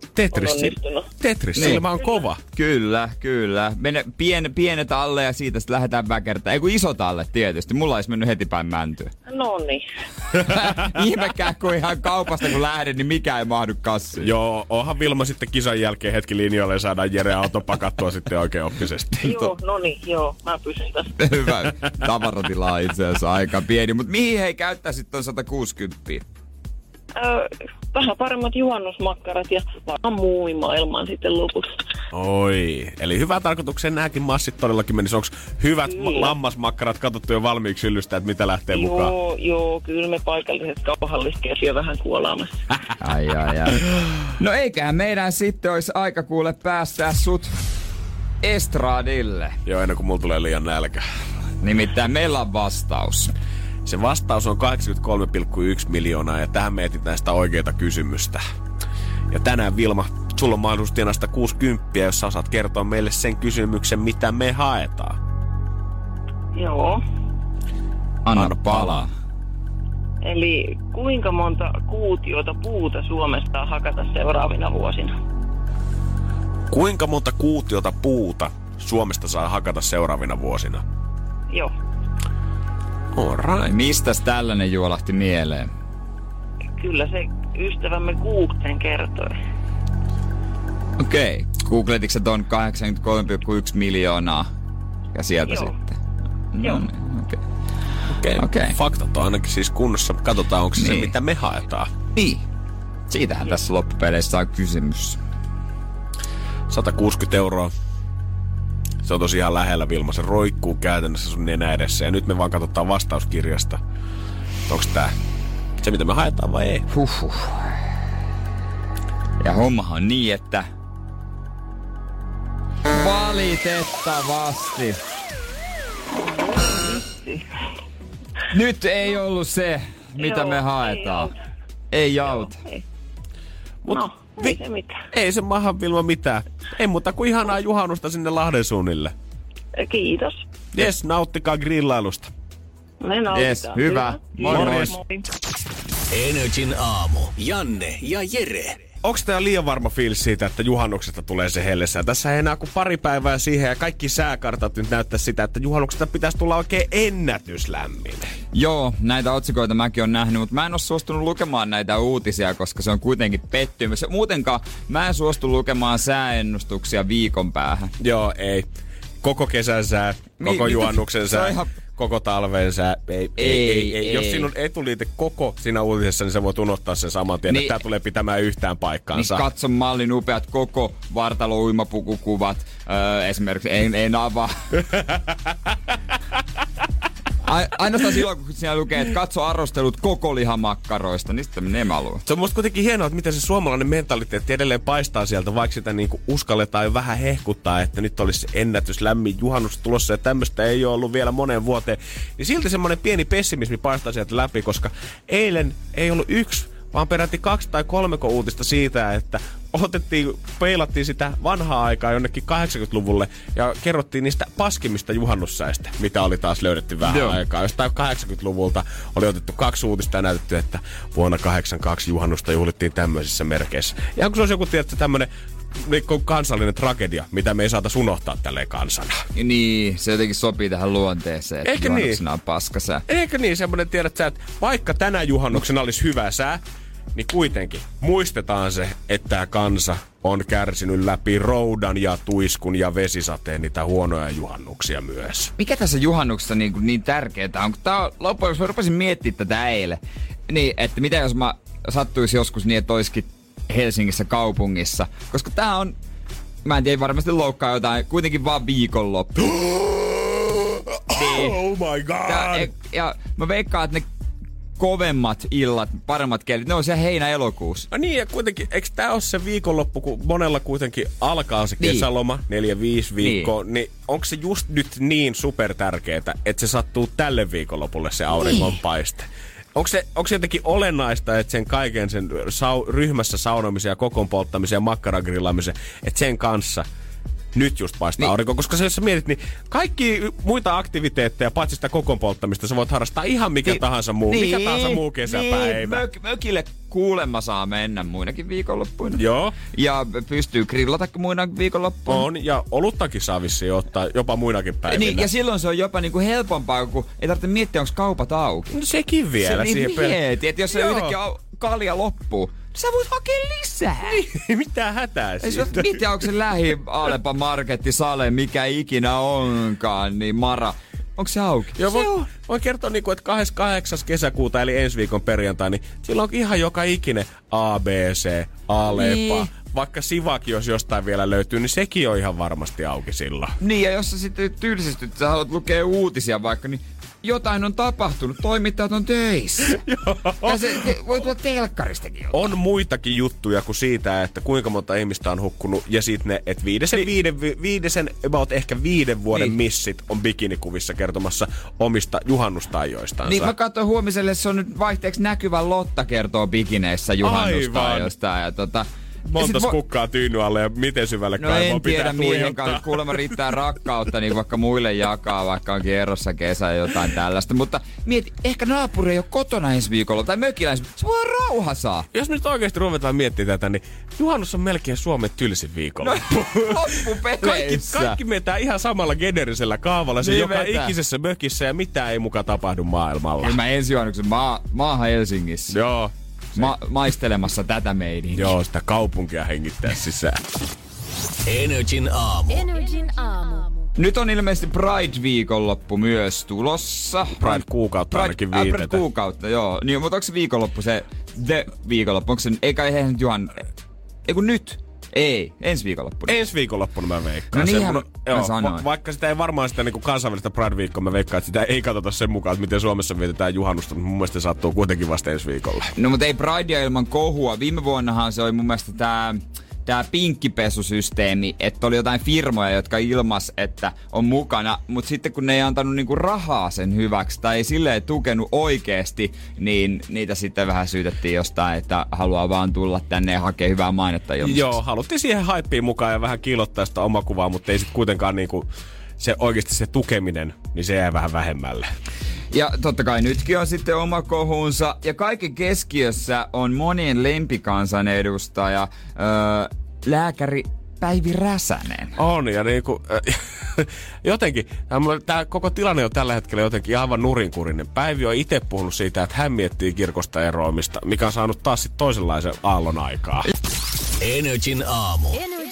Tetris, silmä on kova. Kyllä. Mene pienet alle ja siitä sitten lähdetään väkertään. Ei kun isot alle tietysti. Mulla olisi mennyt heti päin mäntyä. No niin. Ihmekään kun ihan kaupasta kun lähden, niin mikään ei mahdu kassiin. Joo, onhan Vilma sitten kisan jälkeen hetki linjoille ja saadaan Jere auto pakattua sitten oikein oppisesti. Joo, no niin, mä pysyn tässä. Hyvä. Tavaratilaa on itse asiassa aika pieni. Mutta mihin he käyttäisit ton 160? Vähän paremmat juhannusmakkarat ja varmaan muumimaailmaan sitten lopuksi. Oi, eli hyvä tarkoitukseen nämäkin massit todellakin menis. Onko hyvät lammasmakkarat katsottu jo valmiiksi hyllystä, että mitä lähtee mukaan? Joo, kyllä me paikalliset kauhalliskeet jo vähän kuolaamassa. Ai. No eiköhän meidän sitten olisi aika kuule päästää sut estradille. Joo, ennen kuin mulla tulee liian nälkä. Nimittäin meillä on vastaus. Se vastaus on 83,1 miljoonaa ja tähän me etsitään sitä oikeaa kysymystä. Ja tänään Vilma, sulla on mahdollisuus tienasta 60, jos sä osaat kertoa meille sen kysymyksen, mitä me haetaan. Joo. Anna palaa. Eli kuinka monta kuutiota puuta Suomesta hakata seuraavina vuosina? Kuinka monta kuutiota puuta Suomesta saa hakata seuraavina vuosina? Joo. All right. Mistäs tällainen juolahti mieleen? Kyllä se ystävämme Googlen kertoi. Okei. Googletitko sä ton 83,1 miljoonaa? Ja sieltä Joo. sitten? Joo. No niin, okei. Faktat on ainakin siis kunnossa. Katsotaan, onko se Niin. mitä me haetaan. Niin. Siitähän tässä loppupeleissä on kysymys. 160 €. Se on tosiaan lähellä, Vilma. Se roikkuu käytännössä sun nenä edessä. Ja nyt me vaan katsotaan vastauskirjasta. Onks tää se, mitä me haetaan vai ei? Huhhuh. Ja hommahan on niin, että valitettavasti nyt ei ollut se, mitä Joo, me haetaan. ei auta. Ei auta. Ei. Mut No, ei se mitään. Ei se maha, Vilma, mitään. Ei muuta kuin ihanaa juhannusta sinne Lahden suunnille. Kiitos. Jes, nauttikaa grillailusta. Me nautitaan. Jes, hyvä. Moi, Kiitos, moi. Energin aamu. Janne ja Jere. Onks tää liian varma fiilis siitä, että juhannuksesta tulee se hellessä? Tässä ei enää kuin pari päivää siihen ja kaikki sääkartat nyt näyttää sitä, että juhannuksesta pitäisi tulla oikein ennätyslämmin. Joo, näitä otsikoita mäkin on nähnyt, mutta mä en ole suostunut lukemaan näitä uutisia, koska se on kuitenkin pettymys. Muutenkaan mä en suostu lukemaan sääennustuksia viikon päähän. Joo, ei. Koko kesän sää, koko juhannuksen se on sää, ihan- koko talven sää. Ei. Jos siinä on etuliite koko siinä uutisessa, niin se voi unohtaa sen saman tien, Niin- että tää tulee pitämään yhtään Niin paikkaansa. katso mallin upeat koko vartalo-uimapukukuvat. Esimerkiksi en avaa. Ainoastaan silloin, kun siinä lukee, että katso arvostelut koko lihamakkaroista, niin sitten menee maluun. Se on musta kuitenkin hienoa, että miten se suomalainen mentaliteetti edelleen paistaa sieltä, vaikka sitä niinku uskalletaan jo vähän hehkuttaa, että nyt olisi ennätys lämmin juhannus tulossa ja tämmöistä ei ole ollut vielä moneen vuoteen. Niin silti semmoinen pieni pessimismi paistaa sieltä läpi, koska eilen ei ollut yksi, vaan peräti 2 tai 3 uutista siitä, että peilattiin sitä vanhaa aikaa jonnekin 80-luvulle ja kerrottiin niistä paskimmista juhannussäistä, mitä oli taas löydetty vähän Joo. aikaa. Jostain 80-luvulta oli otettu 2 uutista ja näytetty, että vuonna 82 juhannusta juhlittiin tämmöisissä merkeissä. Ja kun se olisi joku tietysti tämmönen kansallinen tragedia, mitä me ei saataisi unohtaa tälleen kansana. Niin, se jotenkin sopii tähän luonteeseen, että Eikö juhannuksena on paskasää. Eikö niin, semmonen tiedät sä, että vaikka tänä juhannuksena olisi hyvä sää, niin kuitenkin muistetaan se, että tämä kansa on kärsinyt läpi roudan ja tuiskun ja vesisateen niitä huonoja juhannuksia myös. Mikä tässä juhannuksessa niin tärkeää on? Kun tää on loppujen lopuksi, mä rupesin miettimään tätä eilen. Niin, että mitä jos mä sattuisi joskus niin, että olisikin Helsingissä kaupungissa. Koska tää on, mä en tiedä, varmasti loukkaa jotain, kuitenkin vaan viikonloppu. Niin. Oh my god! Ja mä veikkaan, että ne kovemmat illat, paremmat kielet, ne on siellä heinä-elokuussa. No niin, ja kuitenkin, eikö tää ole se viikonloppu, kun monella kuitenkin alkaa se Niin. kesäloma, 4-5 viikkoa, niin onko se just nyt niin super tärkeetä, että se sattuu tälle viikonlopulle se auringonpaiste? Onko se jotenkin olennaista, että sen kaiken sen ryhmässä saunomisen ja kokon polttamisen ja makkaragrillaamisen, että sen kanssa nyt just paistaa aurinko? Koska jos sä mietit, niin kaikki muita aktiviteetteja, paitsi sitä kokon polttamista, sä voit harrastaa ihan mikä tahansa muu kesäpäivä. Mökille kuulemma saa mennä muinakin viikonloppuina. Joo. Ja pystyy grillata muina viikonloppuina. On, ja oluttakin saa vissiin ottaa jopa muinakin päivinä. Niin, ja silloin se on jopa niinku helpompaa, kun ei tarvitse miettiä, onko kaupat auki. No sekin vielä. Se siihen mieti, että jos se Joo. yhtäkkiä kalja loppuu, niin sä voit hakea lisää. Mitä hätää Ei siitä? sä miettiä, onko se lähi Alepa Marketti, Sale, mikä ikinä onkaan, niin Mara. Onko se auki? Joo, Se on. voin kertoa, niin kuin, että 28. kesäkuuta, eli ensi viikon perjantai, niin silloin on ihan joka ikinen ABC, Alepa, Niin. vaikka Sivak, jos jostain vielä löytyy, niin sekin on ihan varmasti auki silloin. Niin, ja jos sä sitten tylsistyt, sä haluat lukea uutisia vaikka, niin jotain on tapahtunut, toimittajat on töissä. Ja se voi tulla telkkaristakin jotain. On muitakin juttuja kuin siitä, että kuinka monta ihmistä on hukkunut, ja sitten ne, että about ehkä 5 vuoden Niin. missit on bikinikuvissa kertomassa omista juhannustaijoistansa. Niin mä katsoin huomiselle, se on nyt vaihteeksi näkyvä Lotta kertoo bikineissä juhannustaijosta. Ja monta kukkaa tyyny alle ja miten syvälle kaivoon pitää tiedä, miehen tuijottaa. kanssa kuulemma riittää rakkautta, niin vaikka muille jakaa, vaikka onkin erossa kesä ja jotain tällaista. Mutta mieti, ehkä naapuri ei ole kotona ensi viikolla tai mökillä ensi viikolla. Se voi rauhasaa. Jos me nyt oikeasti ruvetaan miettimään tätä, niin juhannus on melkein Suomen tylsin viikolla. Loppupeleissä. Kaikki metää ihan samalla generisellä kaavalla. Se Niin joka vetää. ikisessä mökissä ja mitään ei muka tapahdu maailmalla. Mä ensi juhannuksen maahan Helsingissä. Joo. Maistelemassa tätä meidinkin. Joo, sitä kaupunkia hengittää sisään. Energin aamu. Nyt on ilmeisesti Pride-viikonloppu myös tulossa. Pride-kuukautta ainakin viitetään. Pride-kuukautta, joo. Niin, mutta onko se viikonloppu se viikonloppu? Onko se, eikä eihän Eiku nyt? Ei, ensi viikonloppuna. Ensi viikonloppuna mä veikkaan. No niinhän mä sanoin. Vaikka sitä ei varmaan sitä niinku kansainvälistä Pride-viikkoa, mä veikkaan, että sitä ei katsota sen mukaan, että miten Suomessa vietetään juhannusta, mutta mun mielestä se sattuu kuitenkin vasta ensi viikolla. No mutta ei Pridea ilman kohua. Viime vuonnahan se oli mun mielestä tää pinkkipesusysteemi, että oli jotain firmoja, jotka ilmas, että on mukana, mutta sitten kun ne ei antanut niinku rahaa sen hyväksi tai ei silleen tukenut oikeesti, niin niitä sitten vähän syytettiin jostain, että haluaa vaan tulla tänne ja hakea hyvää mainetta ilmaiseksi. Joo, haluttiin siihen haippiin mukaan ja vähän kiillottaa sitä omakuvaa, mutta ei sitten kuitenkaan niinku se oikeasti se tukeminen, niin se jää vähän vähemmälle. Ja totta kai nytkin on sitten oma kohunsa. Ja kaiken keskiössä on monien lempikansanedustaja, lääkäri Päivi Räsänen. On, ja niinku, jotenkin, tämä koko tilanne on tällä hetkellä jotenkin aivan nurinkurinen. Päivi on itse puhunut siitä, että hän miettii kirkosta eroamista, mikä on saanut taas sit toisenlaisen aallon aikaa. Energin aamu.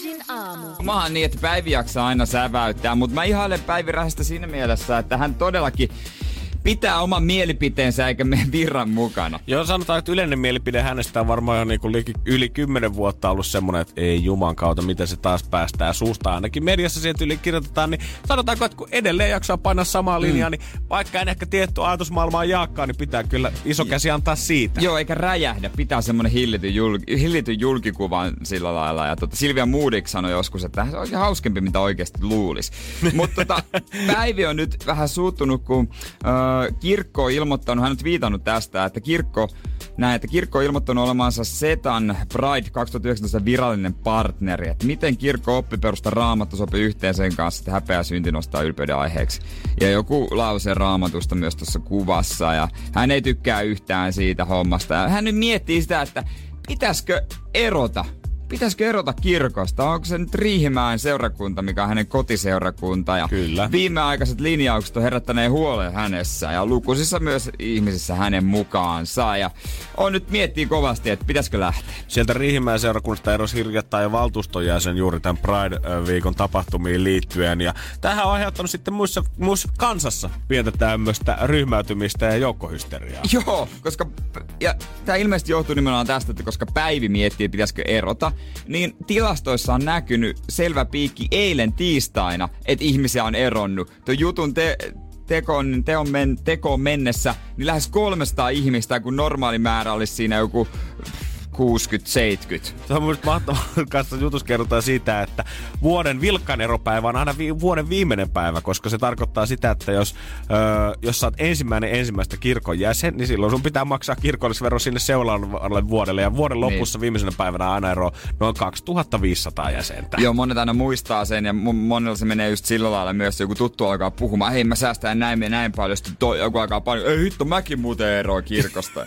Mä oon niin, että Päivi jaksaa aina säväyttää, mutta mä ihailen Päivi Räsästä siinä mielessä, että hän todellakin pitää oman mielipiteensä eikä mene virran mukana. Joo, sanotaan, että yleinen mielipide hänestä on varmaan jo niinku yli 10 vuotta ollut semmoinen, että ei juman kautta, miten se taas päästää suusta. Ainakin mediassa sieltä yli kirjoitetaan, niin sanotaanko, että kun edelleen jaksaa painaa samaa linjaa, niin vaikka en ehkä tietty ajatusmaailmaa jaakkaan, niin pitää kyllä iso käsi antaa siitä. Joo, eikä räjähdä. Pitää semmonen hillityn julkikuvan sillä lailla. Ja Silvia Moodik sanoi joskus, että se on oikein hauskempi, mitä oikeasti luulisi. Mutta Päivi on nyt vähän suuttunut, kun kirkko on ilmoittanut, hän on nyt viitannut tästä, että kirkko on ilmoittanut olemansa Setan Pride 2019 virallinen partneri. Että miten kirkko oppiperusta Raamattu sopii yhteen sen kanssa, että häpeä synti nostaa ylpeyden aiheeksi. Ja joku lause Raamatusta myös tuossa kuvassa. Ja hän ei tykkää yhtään siitä hommasta. Ja hän nyt miettii sitä, että pitäisikö erota kirkosta? Onko se nyt Riihimäen seurakunta, mikä on hänen kotiseurakunta? Ja kyllä. Viimeaikaiset linjaukset on herättäneen huolen hänessä ja lukuisissa myös ihmisissä hänen mukaansa. Ja on nyt miettii kovasti, että pitäisikö lähteä. Sieltä Riihimäen seurakunnasta erosi hiljattain ja valtuuston jäsen juuri tämän Pride-viikon tapahtumiin liittyen. Ja tämähän on aiheuttanut sitten muissa kansassa pientä tämmöistä ryhmäytymistä ja joukkohysteriaa. Joo, koska ja tämä ilmeisesti johtuu nimenomaan tästä, että koska Päivi miettii, että pitäisikö erota, niin tilastoissa on näkynyt selvä piikki eilen tiistaina, että ihmisiä on eronnut. Tuon jutun tekoon mennessä, niin lähes 300 ihmistä, kun normaali määrä olisi siinä joku 60-70. Se on mielestäni mahtavaa, kanssa jutussa kerrotaan siitä, että vuoden vilkkain eropäivä on aina vuoden viimeinen päivä, koska se tarkoittaa sitä, että jos sä oot ensimmäistä kirkon jäsen, niin silloin sun pitää maksaa kirkollisvero sinne seuraavalle vuodelle. Ja vuoden lopussa viimeisenä päivänä aina ero noin 2500 jäsentä. Joo, monet aina muistaa sen ja monella se menee just sillä lailla myös, joku tuttu alkaa puhumaan, hei mä säästän näin paljon, sitten joku alkaa paljon, ei hitto mäkin muuten eroon kirkosta.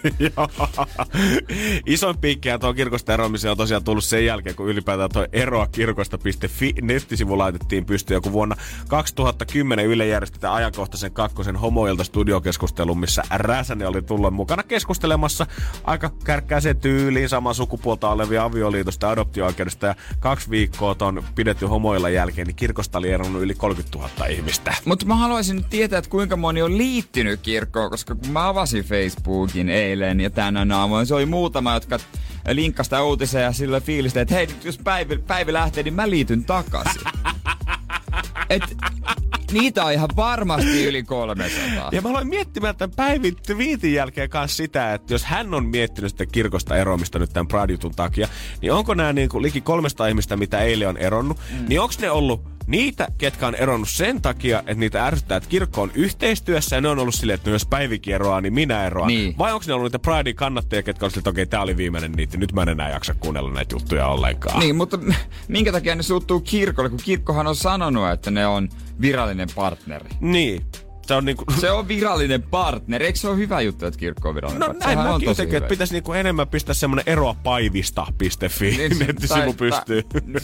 Isoin piikkiä tuon kirkosta eroamiseen on tosiaan tullut sen jälkeen, kun ylipäätään tuo eroakirkosta.fi nettisivu laitettiin pystyyn. Kun vuonna 2010 Yle järjesti tämän ajankohtaisen 2. homoilta studiokeskustelun, missä Räsänen oli tullut mukana keskustelemassa aika kärkkääseen tyyliin samaa sukupuolta olevia avioliitosta ja adoptio-oikeudesta. Ja 2 viikkoa ton pidetty homoilla jälkeen, niin kirkosta oli eronnut yli 30 000 ihmistä. Mutta mä haluaisin nyt tietää, että kuinka moni on liittynyt kirkkoon, koska kun mä avasin Facebookin eilen ja tänään aamulla, se oli muutama, jotka linkkasi sitä uutiseen ja sillä fiilistä, että hei, jos Päivi lähtee, niin mä liityn takaisin. Niitä on ihan varmasti yli 300. Ja mä aloin miettimään tämän Päivin twiitin jälkeen kanssa sitä, että jos hän on miettinyt sitä kirkosta eroamista nyt tämän Pride-jutun takia, niin onko nämä niin kuin liki 300 ihmistä, mitä eilen on eronnut, niin onko ne ollut niitä, ketkä on eronnut sen takia, että niitä ärsyttää, että kirkko on yhteistyössä ja ne on ollut silleen, että jos Päivikin eroaa, niin minä eroan. Niin. Vai onko ne ollut niitä Pridein kannattajia, ketkä on silleen, että okei, tää oli viimeinen niitti, nyt mä en enää jaksa kuunnella näitä juttuja ollenkaan. Niin, mutta minkä takia ne suuttuu kirkolle, kun kirkkohan on sanonut, että ne on virallinen partneri. Niin. Se on virallinen partneri. Eikö se ole hyvä juttu, että kirkko on virallinen partneri? Näin mäkin jotenkin, että pitäisi enemmän pistää semmonen eroapaivista.fi nettisivu pystyy.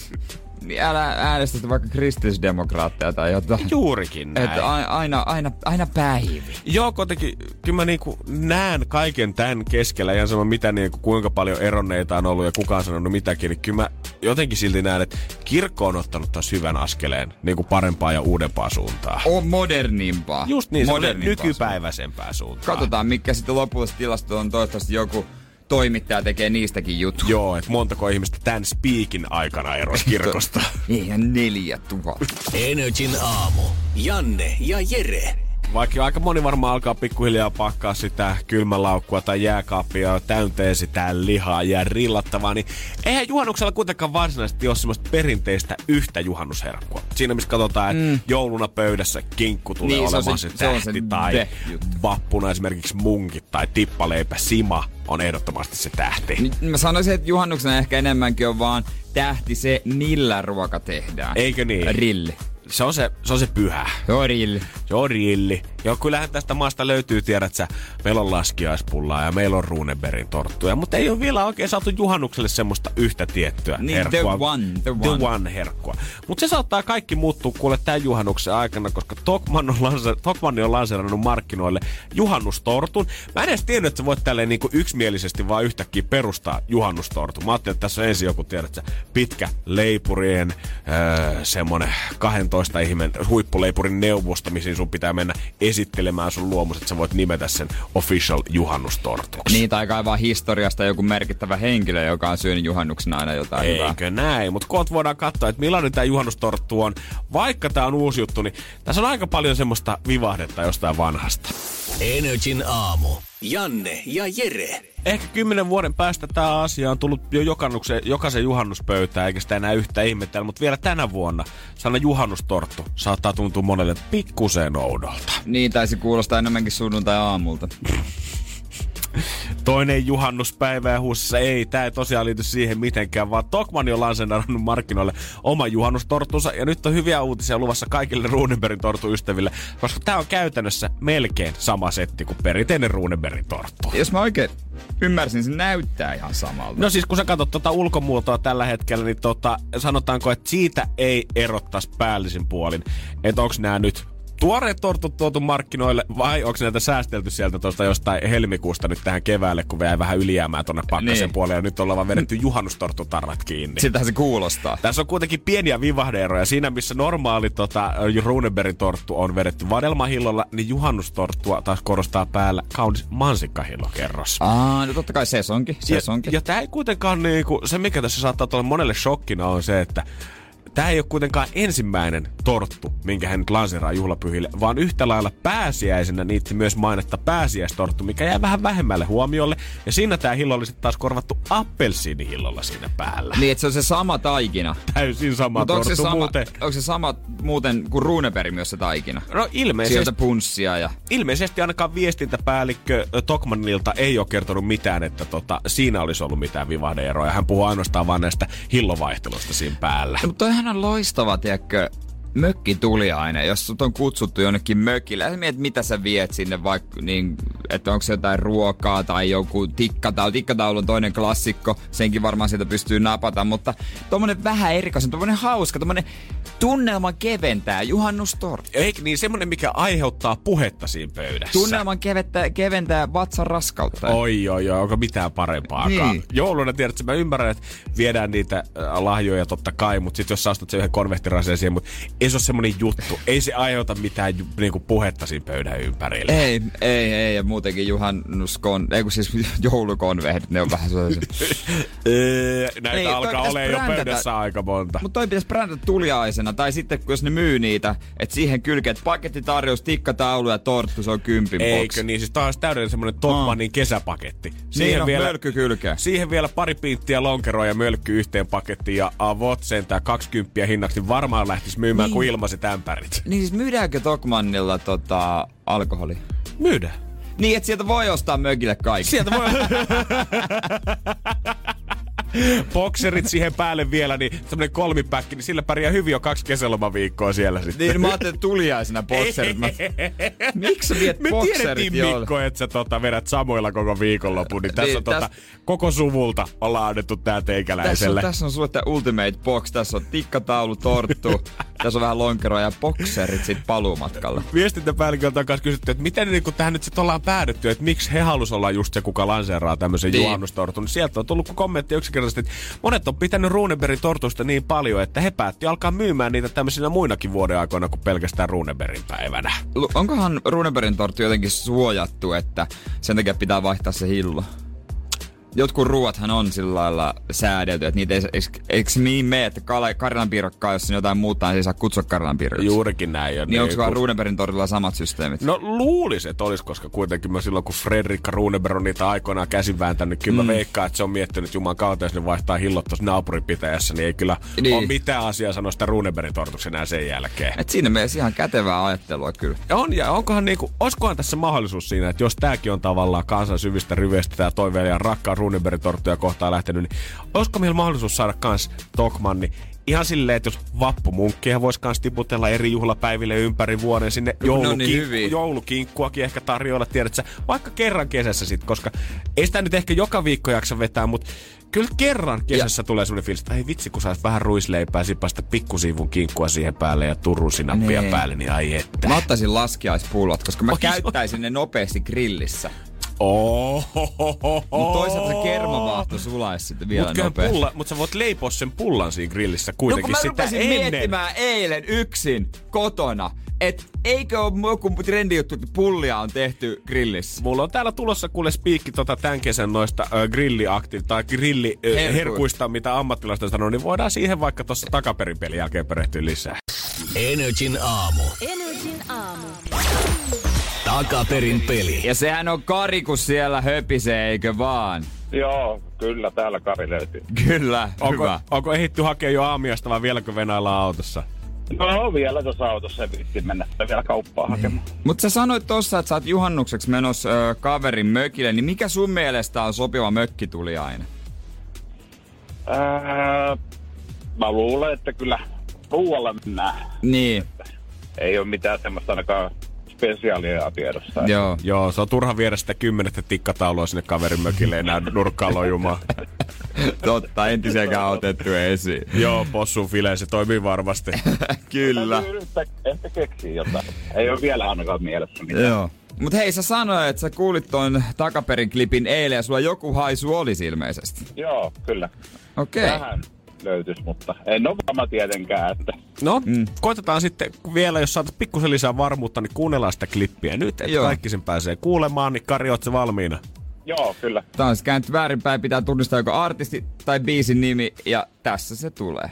Niin älä äänestä vaikka kristillisdemokraatteja tai jotain. Juurikin näin. Että aina Päivi. Joo, kuitenkin kyllä mä näen kaiken tämän keskellä, ihan sama mitä kuinka paljon eronneita on ollut ja kuka on sanonut mitäkin, niin kyllä mä jotenkin silti näen, että kirkko on ottanut taas hyvän askeleen parempaa ja uudempaa suuntaa. On modernimpaa. Just niin, nykypäiväisempää suuntaa. Katsotaan, mikä sitten lopulliset tilastot on, toivottavasti joku toimittaja tekee niistäkin juttuja. Joo, että montako ihmistä tämän speakin aikana erosi kirkosta. Eihän 4000. Energin aamu. Janne ja Jere. Vaikka aika moni varmaan alkaa pikkuhiljaa pakkaa sitä kylmälaukkua tai jääkaappia täyteen sitä lihaa ja rillattavaa, niin eihän juhannuksella kuitenkaan varsinaisesti ole semmoista perinteistä yhtä juhannusherkkua. Siinä missä katsotaan, että jouluna pöydässä kinkku tulee olemaan se tähti tai vappuna esimerkiksi munkit tai tippaleipä sima on ehdottomasti se tähti. Mä sanoisin, että juhannuksena ehkä enemmänkin on vaan tähti se, millä ruoka tehdään. Eikö niin? Rilli. Se on se pyhä. Se on rilli. Se on rilli. Joo, kyllähän tästä maasta löytyy, tiedät sä, meillä on laskiaispullaa ja meillä on Runebergin torttuja, mutta ei ole vielä oikein saatu juhannukselle semmoista yhtä tiettyä herkkua. The one herkkua. Mutta se saattaa kaikki muuttua kuule tämän juhannuksen aikana, koska Tokmanni on lanseerannut markkinoille juhannustortun. Mä en edes tiennyt, että sä voit tälleen yksimielisesti vaan yhtäkkiä perustaa juhannustortun. Mä ajattelin, että tässä on ensin joku, tiedät sä, pitkä leipurien semmonen 12 ihminen huippuleipurin neuvosta, missä sun pitää mennä esittelemään sun luomus, että sä voit nimetä sen official juhannustortuksi. Niin, tai kaivaa historiasta joku merkittävä henkilö, joka on syönyt juhannuksena aina jotain hyvää. Eikö näin? Mutta kohta voidaan katsoa, että millainen tää juhannustorttu on. Vaikka tää on uusi juttu, niin tässä on aika paljon semmoista vivahdetta jostain vanhasta. Energin aamu. Janne ja Jere. Ehkä 10 vuoden päästä tämä asia on tullut jo jokaisen juhannuspöytään, eikä sitä enää yhtä ihmetellä, mutta vielä tänä vuonna sana juhannustorttu saattaa tuntua monelle pikkuseen oudolta. Niin, taisi kuulostaa enemmänkin sunnuntai-aamulta. Toinen juhannuspäivä ja huussissa tää ei tosiaan liity siihen mitenkään, vaan Tokmanni on lanseerannut markkinoille oman juhannustorttunsa ja nyt on hyviä uutisia luvassa kaikille Runebergin tortuystäville, koska tää on käytännössä melkein sama setti kuin perinteinen Runebergin torttu. Jos mä oikein ymmärsin, se näyttää ihan samalta. No siis kun sä katsot ulkomuotoa tällä hetkellä, niin sanotaanko, että siitä ei erottaisi päällisin puolin, että onks nää nyt tuoreet tortut tuotu markkinoille, vai onko näitä säästelty sieltä jostain helmikuusta nyt tähän keväälle, kun jäi vähän ylijäämää tonne pakkasen puolelle, ja nyt ollaan vaan vedetty juhannustorttutarrat kiinni. Sitähän se kuulostaa. Tässä on kuitenkin pieniä vivahdeeroja. Siinä, missä normaali Runebergin torttu on vedetty vadelmahillolla, niin juhannustorttua taas korostaa päällä kaunis mansikkahillokerros. No totta kai sesonki. Ja tää ei kuitenkaan se, mikä tässä saattaa olla monelle shokkina, on se, että tää ei ole kuitenkaan ensimmäinen torttu, minkä hän nyt lanseeraa juhlapyhille, vaan yhtä lailla pääsiäisenä niitti myös mainetta pääsiäistorttu, mikä jää vähän vähemmälle huomiolle. Ja siinä tää hillo oli sitten taas korvattu appelsiinihillolla siinä päällä. Niin, että se on se sama taikina. Täysin sama torttu muuten. Onko se sama muuten kuin Runeberg myös se taikina? No ilmeisesti. Sieltä punssia ja... Ilmeisesti ainakaan viestintäpäällikkö Tokmannilta ei ole kertonut mitään, että siinä olisi ollut mitään vivahdeeroja. Hän puhuu ainoastaan vaan näistä hillovaihtelusta siinä päällä. No, mutta toihan on loistava, tiedätkö, mökkituliainen, jos sut on kutsuttu jonnekin mökille. Sä mietit, mitä sä viet sinne, vaikka niin, että onko se jotain ruokaa tai joku tikkataulu. Tikkataulu on toinen klassikko, senkin varmaan sieltä pystyy napata, mutta tommonen vähän erikoisen, tommonen hauska, tommonen tunnelman keventää juhannustorttu. Eikö niin, semmonen, mikä aiheuttaa puhetta siinä pöydässä. Tunnelman keventää vatsan raskautta. Oi, onko mitään parempaakaan. Niin. Jouluna tiedätkö, mä ymmärrän, että viedään niitä lahjoja totta kai, mutta sit jos sä astat sen yhden konvehtiraseen siihen, mutta ei se ole semmonen juttu. Ei se aiheuta mitään puhetta siinä pöydän ympärillä. Ei, ja muutenkin joulukonvehdit, ne on vähän sellaisia. Näitä alkaa olemaan jo pöydässä aika monta. Mutta toi pitäisi brändätä tuliaisena mukana. Tai sitten, jos ne myy niitä, että siihen kylkeen, että pakettitarjous, tikkataulu ja torttu, se on 10 box. Eikö niin? Siis tää on täydellinen semmonen Tokmannin kesäpaketti. Siihen vielä mölkky kylkeen. Siihen vielä pari pinttiä lonkeroa ja mölkky yhteen pakettiin ja avot sentään 20 hinnaksi, niin varmaan lähtis myymään kuin ilmaiset ämpärit. Niin siis myydäänkö Tokmannilla alkoholi? Myydään. Niin, että sieltä voi ostaa mökille kaikki. Sieltä voi... Bokserit siihen päälle vielä, niin semmonen 3-päkki, niin sillä pärjää hyvin jo 2 kesälomaviikkoa siellä sitten. Niin, mä ajattelin tuliaisena bokserit. Miksi sä viet bokserit? Me tiedettiin, Mikko, että sä vedät samoilla koko viikonlopun, niin tässä on koko suvulta ollaan annettu tää teikäläiselle. Tässä on sulle tää Ultimate Box, tässä on tikkataulu, torttu, tässä on vähän lonkeroa ja bokserit sit paluumatkalla. Viestintäpäälliköltä on kanssa kysytty, että miten niin tähän nyt sit ollaan päädytty, että miksi he halus olla just se, kuka lanseeraa tämmöisen juhannustortun. Niin sieltä on tullut kommentti yksinkertaisesti, että monet on pitänyt Runebergin tortusta niin paljon, että he päätti alkaa myymään niitä tämmöisinä muinakin vuoden aikoina kuin pelkästään Runebergin päivänä. Onkohan Runebergin torttu jotenkin suojattu, että sen takia pitää vaihtaa se hillo? Jotkut ruuathan on sillä lailla säädelty, että niitä eikö niin mene, että karjalanpiirakkaa, jos jotain muuta, niin ei saa kutsua karjalanpiiraksi. Juurikin näin on. Niin onko vaan Runebergin torilla samat systeemit? No luulis, että olisi, koska kuitenkin mä silloin, kun Fredrikka Runeberg on niitä aikoinaan käsin vääntänyt, kyllä mä veikkaan, että se on miettinyt juman kautta, jos ne vaihtaa hillot tuossa naapuripitäjässä, niin ei kyllä ole mitään asiaa sanoa sitä Runebergin tortuksi enää sen jälkeen. Et siinä mielessä ihan kätevää ajattelua kyllä. On, ja onkohan olisikohan tässä mahdollisuus siinä, että jos tääkin on tavallaan kansan syvistä riveistä tää toiveja ja rakkaan Runebergin torttuja kohtaan lähtenyt, niin olisiko meillä mahdollisuus saada kans Tokmanni ihan silleen, että jos vappumunkkia vois kans tiputella eri juhlapäiville ympäri vuoden sinne joulukinkkuakin ehkä tarjoilla, tiedätkö, vaikka kerran kesässä sit, koska ei sitä nyt ehkä joka viikko jaksa vetää, mutta kyllä kerran kesässä tulee semmoinen fiilis, että ei vitsi, kun sais vähän ruisleipää, sipasta pikkusiivun kinkkua siihen päälle ja Turun sinappia päälle, niin ai että. Mä ottaisin laskiaispullot, koska mä käyttäisin ne nopeasti grillissä. Mutta toisaalta se kermavaahto sulaisi sitten vielä nopeasti. Mutta sä voit leipoa sen pullan siinä grillissä kuitenkin sitä sitä ennen. Mä rupesin miettimään eilen yksin kotona, että eikö ole joku trendijuttu, että pullia on tehty grillissä. Mulla on täällä tulossa kuule spiikki tämän kesän noista grilliherkuista, mitä ammattilaiset sanoo, niin voidaan siihen vaikka tuossa takaperin pelin jälkeen perehtyä lisää. Energin aamu. Takaperin peli. Ja sehän on Kari, kun siellä höpisee, eikö vaan? Joo, kyllä täällä Kari löytyy. Kyllä, hyvä. Onko ehditty hakea jo aamiasta vai vieläkö venaillaan autossa? No vielä tuossa autossa, ei viitti mennä vielä kauppaa hakemaan. Mutta sä sanoit tossa, että sä oot juhannukseksi menossa kaverin mökille, niin mikä sun mielestä on sopiva mökkituliainen? Mä luulen, että kyllä ruualla mennään. Niin. Ei ole mitään semmoista ainakaan spesiaalia tiedossa. Joo, se on turha viedä sitä 10 tikkataulua sinne kaverin mökille enää nurkkaan lojumaan. Totta, entisiäkään otettu esiin. Joo, possun fileen, se toimii varmasti. Kyllä. Ehkä keksii jotain. Ei ole vielä ainakaan mielessä mitään. Joo. Mut hei, sä sanoit, että sä kuulit ton takaperin klipin eilen ja sulla joku haisu olisi ilmeisesti. Joo, kyllä. Okei. Vähän löytys, mutta en ole varma tietenkään. Että. No, koitetaan sitten vielä, jos saatat pikkusen lisää varmuutta, niin kuunnellaan sitä klippiä nyt, että kaikki sen pääsee kuulemaan, niin Kari, oot se valmiina? Joo, kyllä. Tää on käänty väärinpäin, pitää tunnistaa joko artisti tai biisin nimi, ja tässä se tulee.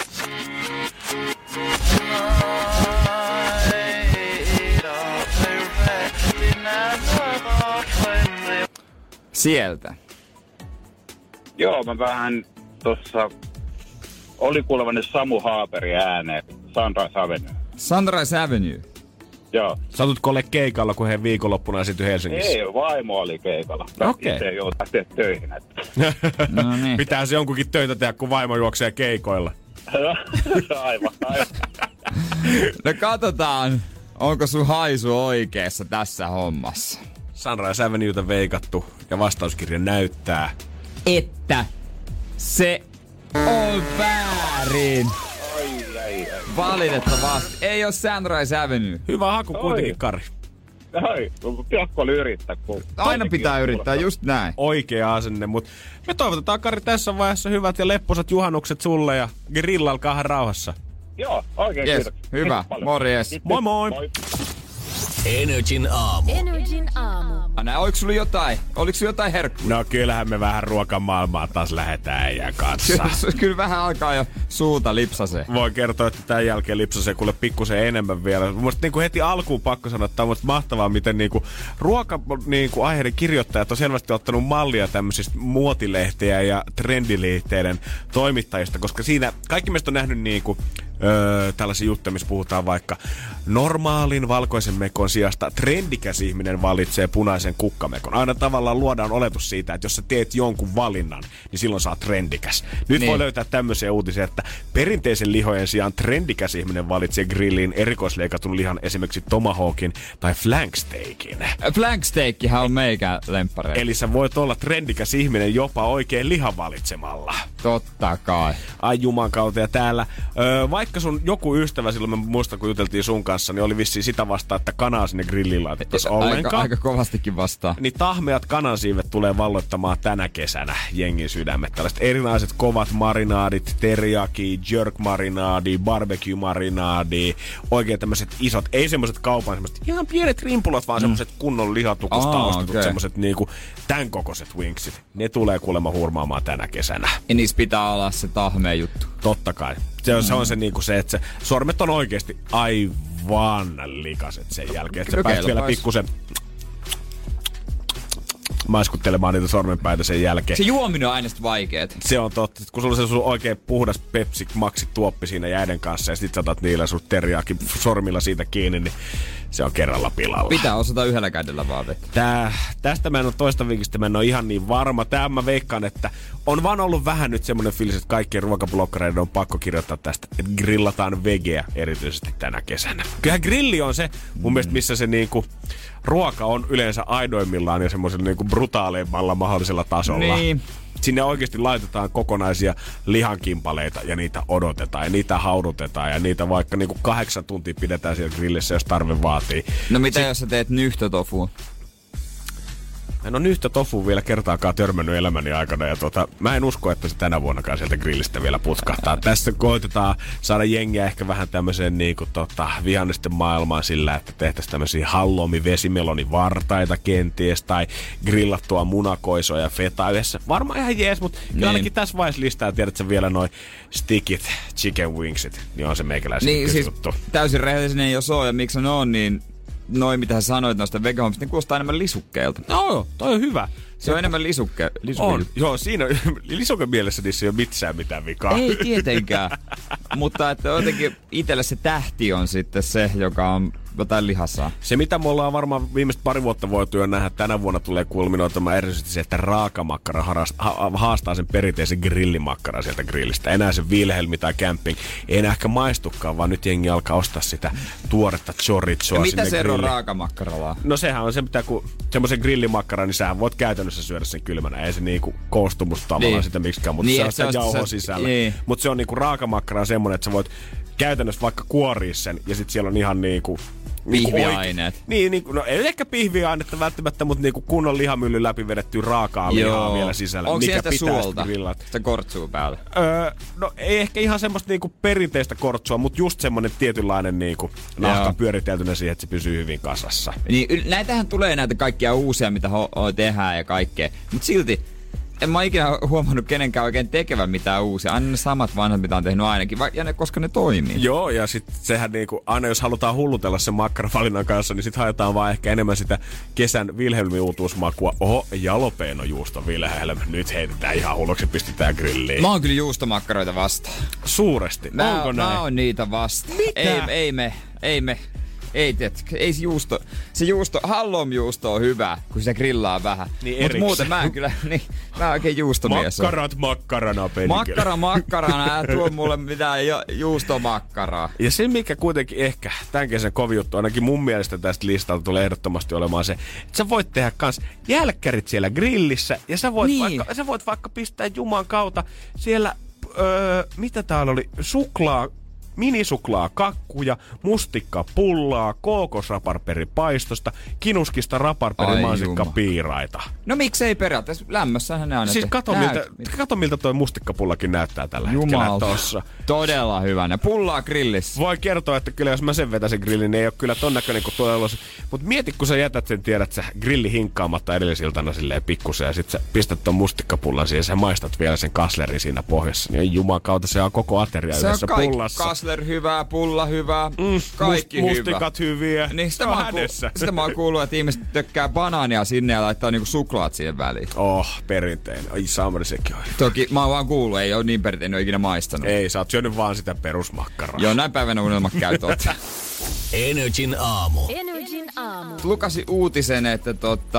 Sieltä. Joo, mä vähän tossa oli kuulevani Samu Haaperin ääneen, Sunrise Avenue. Sunrise Avenue? Joo. Satutko ole keikalla, kun he viikonloppuna esityi Helsingissä? Ei, vaimo oli keikalla. Okei. Itse joutaa tehdä töihin. No niin. Pitää se jonkunkin töitä tehdä, kun vaimo juoksee keikoilla. aivan. No katsotaan, onko sun haisu oikeassa tässä hommassa. Sunrise Avenueta veikattu ja vastauskirja näyttää, että se on väärin. Ai. Valitettavasti. Ei oo Sunrise Avenue. Hyvä haku kuitenkin, Kari. Ai, pakko oli yrittää. Aina pitää yrittää, just näin. Oikea asenne, mutta me toivotetaan, Kari, tässä vaiheessa hyvät ja lepposat juhannukset sulle ja grillailkaahan rauhassa. Joo, oikein yes, kiitos. hyvä, morjes. Moi moi. Energin aamu. Oliko sulla jotain herkkua? No kyllähän me vähän ruokamaailmaa taas lähdetään äijän kanssa. Kyllä vähän alkaa jo suuta lipsasee. Voin kertoa, että tämän jälkeen lipsasee kuule pikkusen enemmän vielä. Musta niinku heti alkuun pakko sanoa, että on mahtavaa, miten niinku ruoka-aiheiden kirjoittajat on selvästi ottanut mallia tämmöisistä muotilehteä ja trendiliitteiden toimittajista, koska siinä kaikki meistä on nähnyt niinku tällaisia juttuja, missä puhutaan vaikka normaalin valkoisen mekon sijasta trendikäs ihminen valitsee punaisen kukkamekon. Aina tavallaan luodaan oletus siitä, että jos sä teet jonkun valinnan, niin silloin saa trendikäs. Nyt voi löytää tämmöisiä uutisia, että perinteisen lihojen sijaan trendikäs ihminen valitsee grilliin erikoisleikatun lihan, esimerkiksi tomahawkin tai flanksteakin. Flanksteakkihän on meikä lemppareita. Eli sä voit olla trendikäs ihminen jopa oikein lihan valitsemalla. Totta kai. Ai juman kautta. Ja täällä, vaikka sun joku ystävä silloin, mä muistan kun juteltiin sun kanssa, niin oli vissiin sitä vastaan, että kanaa sinne grilliin laitettaisiin ollenkaan. Aika kovastikin vastaan. Niin tahmeat kanansiivet tulee valloittamaan tänä kesänä jengin sydämet. Tällaiset erinaiset kovat marinaadit, teriyaki, jerk marinaadi, barbecue marinaadi, oikein tämmöiset isot, ei semmoiset kaupan semmoiset ihan pienet rimpulat, vaan semmoiset kunnon lihatukusta ostetut semmoiset niinku tän kokoiset wingsit. Ne tulee kuulemma hurmaamaan tänä kesänä. Ja niissä pitää olla se tahmea juttu. Totta kai. Se on se niinku se, että se sormet on oikeesti aivan likaset sen jälkeen. Että sä pääst vielä pikkusen maiskuttelemaan niitä sormenpäitä sen jälkeen. Se juominen on aina vaikeet. Se on totta. Kun sulla on se sun oikein puhdas Pepsi Maxi tuoppi siinä jäiden kanssa ja sit sä otat niillä sun teriyaki sormilla siitä kiinni, niin se on kerralla pilalla. Pitää osata yhdellä kädellä vaan vettä. Tästä mä en ole toista vinkistä, mä en ole ihan niin varma. Mä veikkaan, että on vaan ollut vähän nyt semmonen fiilis, että kaikkien ruokablokkareiden on pakko kirjoittaa tästä, että grillataan vegeä erityisesti tänä kesänä. Kyllähän grilli on se, mun mielestä, missä se niinku ruoka on yleensä aidoimmillaan ja semmoisella niinku brutaaleimmalla mahdollisella tasolla. Niin. Sinne oikeasti laitetaan kokonaisia lihankimpaleita ja niitä odotetaan ja niitä haudutetaan ja niitä vaikka niinku 8 tuntia pidetään siellä grillissä, jos tarve vaatii. No mitä jos sä teet nyhtötofua? En ole nyhtä tofuun vielä kertaakaan törmännyt elämäni aikana ja mä en usko, että se tänä vuonnakaan sieltä grillistä vielä putkahtaa. Tässä koitetaan saada jengiä ehkä vähän tämmöiseen niinku vihannisten maailmaan sillä, että tehtäisiin tämmöisiä halloumi-vesimelonivartaita kenties tai grillattua munakoisoa ja fetaa yhdessä. Varmaan ihan jees, mutta niin. Ainakin tässä vaiheessa listaa tiedätkö vielä noi stickit, chicken wingsit, niin on se meikäläisen niin, siis juttu. Täysin rehellinen jos on ja miksi ne on, niin noin mitä sä sanoit noista vegahommista, niin kuulostaa enemmän lisukkeelta. Joo, toi on hyvä. Se on enemmän lisukke. On, joo, siinä lisuken mielessä niissä ei ole mitään vikaa. Ei tietenkään, mutta että jotenkin itselle se tähti on sitten se, joka on jotain lihassa. Se mitä me ollaan varmaan viimeiset pari vuotta voitu jo nähdä, tänä vuonna tulee kulminoitumaan erityisesti se, että raakamakkara haastaa sen perinteisen grillimakkara sieltä grillistä. Enää se Wilhelmi tai camping ei enää ehkä maistukaan, vaan nyt jengi alkaa ostaa sitä tuoretta chorizoa. Ja mitä se ero raakamakkaralla on? No sehän on se, mitä kun semmoisen grillimakkara, niin sähän voit käytännössä syödä sen kylmänä. Ei se niinku koostumusta tavallaan niin. Sitä miksikään, mutta niin, se on sitä jauhoa sisällä. Niin. Mutta se on niinku raakamakkara semmoinen, että sä voit käytännössä vaikka kuoria sen ja sit siellä on ihan niinku pihviaineet. Niin, no ei ehkä pihviainetta välttämättä, mutta niinku kunnon lihamyllyn läpi vedettyä raakaa lihaa vielä sisällä. Onko sieltä suolta? Sitä kortsua päällä? No ei ehkä ihan semmoista niinku perinteistä kortsua, mutta just semmonen tietynlainen niinku nahka pyöriteltynä siihen, että se pysyy hyvin kasassa. Niin, näitähän tulee näitä kaikkia uusia, mitä tehdään ja kaikkea, mutta silti en mä ikinä huomannut kenenkään oikein tekevän mitään uusia. Aina ne samat vanhat, mitä on tehnyt ainakin, koska ne toimii. Joo, ja sit sehän niinku, aina jos halutaan hullutella sen makkaravalinnan kanssa, niin sit haetaan vaan ehkä enemmän sitä kesän Wilhelmi-uutuusmakua. Oho, jalopeenojuusto Wilhelm. Nyt heitetään ihan hulluksi, pistetään grilliin. Mä oon kyllä juustomakkaroita vastaan. Suuresti. Onko näin? Mä oon niitä vastaan. Mitä? Ei me. Ei se juusto. Se juusto, hallomjuusto on hyvä, kun se grillaa vähän. Niin mutta muuten mä en kyllä, mä oikein juustomies. Makkarat makkarana pelikellä. Makkarana, älä tuo mulle mitään juustomakkaraa. Ja se, mikä kuitenkin ehkä tämän kesän kovin juttu, ainakin mun mielestä tästä listalta tulee ehdottomasti olemaan se, että sä voit tehdä kans jälkkärit siellä grillissä ja sä voit vaikka pistää juman kautta siellä, mitä täällä oli, minisuklaakakkuja, mustikkapullaa, kookosraparperipaistosta, kinuskista raparperimansikkapiiraita. No miksei periaatteessa? Lämmössähän ne aina. Siis kato miltä toi mustikkapullakin näyttää tällä hetkellä tossa. Todella hyvänä. Pullaa grillissä. Voi kertoa, että kyllä jos mä sen vetäisin grillin, niin ei ole kyllä ton näköinen kuin tuolla ulos. Mut mieti, kun sä jätät sen, tiedät sä grilli hinkkaamatta edellisiltana silleen pikkusen ja sit sä pistät ton mustikkapullan siihen ja sä maistat vielä sen kaslerin siinä pohjassa. Niin jumakauta, se on koko ateria se yhdessä on pullassa. Kasler hyvää, pulla hyvää, kaikki hyvä. Mustikat hyviä. Niin sitä on hänessä. Sitä mä oon kuullut, että ihmiset tökkää banaania sinne ja laittaa niinku suklaat siihen väliin. Perinteinen. Ai Samari, sekin on. Toki mä oon vaan kuullut, ei oo niin perinteinen, en oo ikinä maistanut. Ei, sä oot syönyt vaan sitä perusmakkaraa. Joo, näin päivänä unelmat käy totta. Energin aamu. Lukasin uutisen, että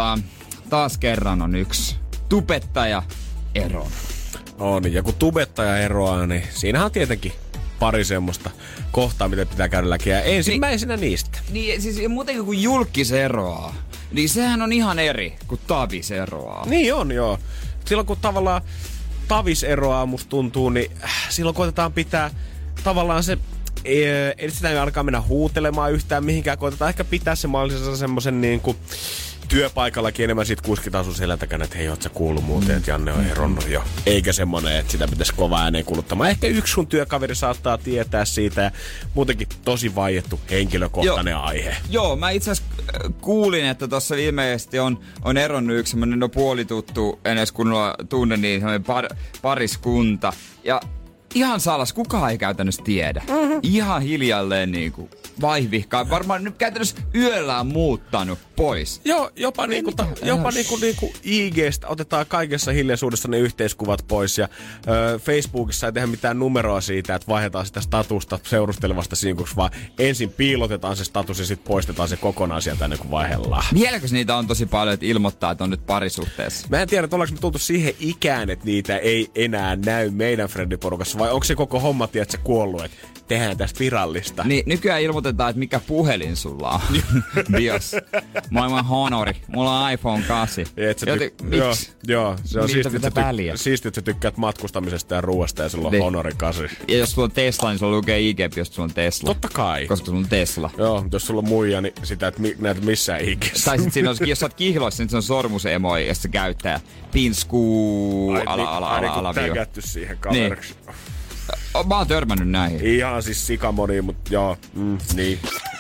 taas kerran on yksi tubettaja eron. On, ja kun tubettaja eroaa, niin siinähän on tietenkin pari semmoista kohtaa, mitä pitää käydä läpi. Ja ensimmäisenä niistä. Niin, siis muutenkin kun julkis eroaa, niin sehän on ihan eri kuin tavis eroaa. Niin on, joo. Silloin kun tavallaan tavis eroaa, musta tuntuu, niin silloin koitetaan pitää tavallaan se, ei sitä ei alkaa mennä huutelemaan yhtään mihinkään, koitetaan ehkä pitää se mahdollisessa semmoisen niin kuin työpaikallakin enemmän siitä kuskitaan sun selän takana, että hei, oot sä kuullut muuten, että Janne on eronnut jo. Eikä semmonen, että sitä pitäisi kovaa ääneen kuluttamaan. Ehkä yksi sun työkaveri saattaa tietää siitä ja muutenkin tosi vaiettu henkilökohtainen aihe. Joo, mä itse asiassa kuulin, että tossa ilmeisesti on eronnut yksi semmonen puolituttu, en edes kunnolla tunne, niin semmonen pariskunta. Ja ihan salas, kukaan ei käytännössä tiedä. Ihan hiljalleen niinku vaihvihkaa. Varmaan nyt käytännössä yöllä on muuttanut pois. Joo, jopa niinku IG:stä otetaan kaikessa hiljaisuudessa ne yhteiskuvat pois ja Facebookissa ei tehdä mitään numeroa siitä, että vaihdetaan sitä statusta seurustelevasta sinkuksi, vaan ensin piilotetaan se status ja sitten poistetaan se kokonaan sieltä ennen kuin vaihdellaan. Vieläkö niitä on tosi paljon, että ilmoittaa, että on nyt parisuhteessa? Mä en tiedä, että ollaanko me tultu siihen ikään, että niitä ei enää näy meidän friendiporukassa, vai onko se koko homma, tiedätkö, kuollut, että tehdään tästä virallista. Niin, nykyään ilmoitetaan, että mikä puhelin sulla on. Bios. Maailman Honori. Mulla on iPhone 8. Miksi? Joo, se on siistiä, että sä tykkäät matkustamisesta ja ruoasta ja sulla on Honori 8. Ja jos sulla on Tesla, niin sulla lukee IG, jos sulla on Tesla. Totta kai. Koska sulla on Tesla. Joo, mutta jos sulla on muija, niin sitä et näet missään IG:ssä. Tai sit siinä on, jos sä oot kihloissa, niin se on sormusemoi, jos se käyttää pinskuu, ala. Tägätty siihen kaveriksi. Niin. Mä oon törmännyt näihin. Ihan siis sikamoni, mut joo, niin.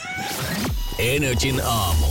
Energin aamu.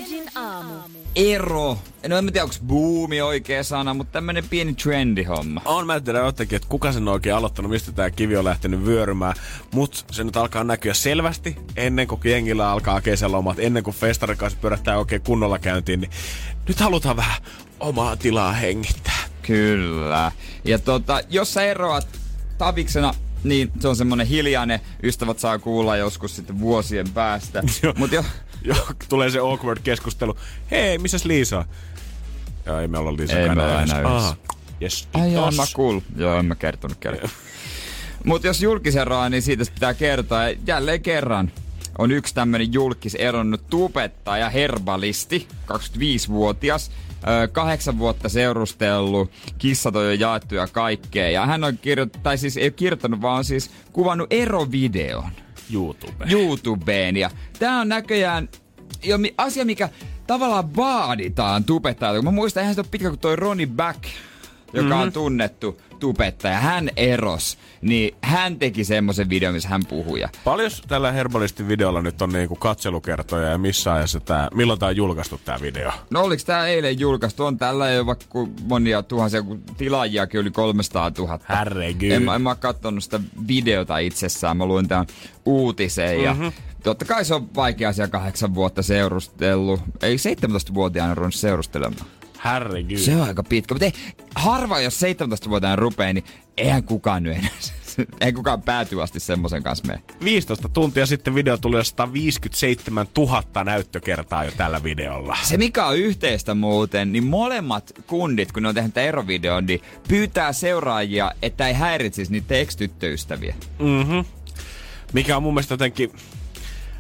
Ero. No en mä tiedä, onko boomi oikea sana, mutta tämmönen pieni trendihomma. Mä en tiedä jotenkin, että kuka sen on oikein aloittanut, mistä tää kivi on lähtenyt vyörymään. Mut se nyt alkaa näkyä selvästi ennen kuin jengillä alkaa kesälomat, ennen kuin festarin kanssa pyörähtää oikein kunnolla käyntiin, niin nyt halutaan vähän omaa tilaa hengittää. Kyllä. Ja jos sä eroat taviksena, niin se on semmonen hiljainen, ystävät saa kuulla joskus sitten vuosien päästä. Joo, tulee se awkward keskustelu. Hei, missäs Liisa on? Joo, ei me olla Liisa enää yhdessä. Yes, ai mä kuullut. Joo, en mä kertonut kerran. Mut jos julkiseroaa, niin siitä pitää kertoa. Ja jälleen kerran on yksi tämmönen julkis eronnut tubettaja herbalisti, 25-vuotias. 8 vuotta seurustellut, kissat on jo jaettu ja kaikkea. Ja hän on ei kirjoittanut, vaan on siis kuvannut erovideon. YouTubeen. Ja tää on näköjään jo asia, mikä tavallaan vaaditaan tubettajalta. Mä muistan, eihän se ole pitkä kuin toi Ronnie Back, joka on tunnettu tubettaja. Hän eros, niin hän teki semmoisen videon, missä hän puhui. Paljon tällä Herbalistin videolla nyt on niinku katselukertoja ja missä ajassa milloin tää on julkaistu tää video? No oliks tää eilen julkaistu? On tällä jo vaikka monia tuhansia, kun tilaajiakin yli 300 000. Herregud. En mä kattonut sitä videota itsessään, mä luin tämän uutisen ja totta kai se on vaikea asia 8 vuotta seurustellut. Ei 17-vuotiaana ruvennut seurustelemaan. Herregud. Se on aika pitkä, mutta harva jos 17-vuotiaana rupeaa, niin eihän kukaan nyt enää. Ei kukaan pääty asti semmoisen kanssa mene. 15 tuntia sitten video tuli 157 000 näyttökertaa jo tällä videolla. Se mikä on yhteistä muuten, niin molemmat kundit, kun ne on tehnyt erovideon, niin pyytää seuraajia, että ei häiritsisi niitä ex-tyttöystäviä. Mikä on mun mielestä jotenkin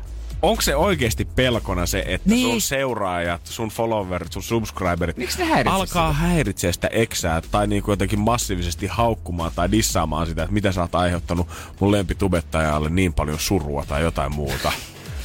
onko se oikeasti pelkona se, että niin. sun seuraajat, sun followerit, sun subscriberit alkaa häiritseä sitä eksää tai niinku jotenkin massiivisesti haukkumaan tai dissaamaan sitä, että mitä sä oot aiheuttanut mun lempitubettajalle niin paljon surua tai jotain muuta.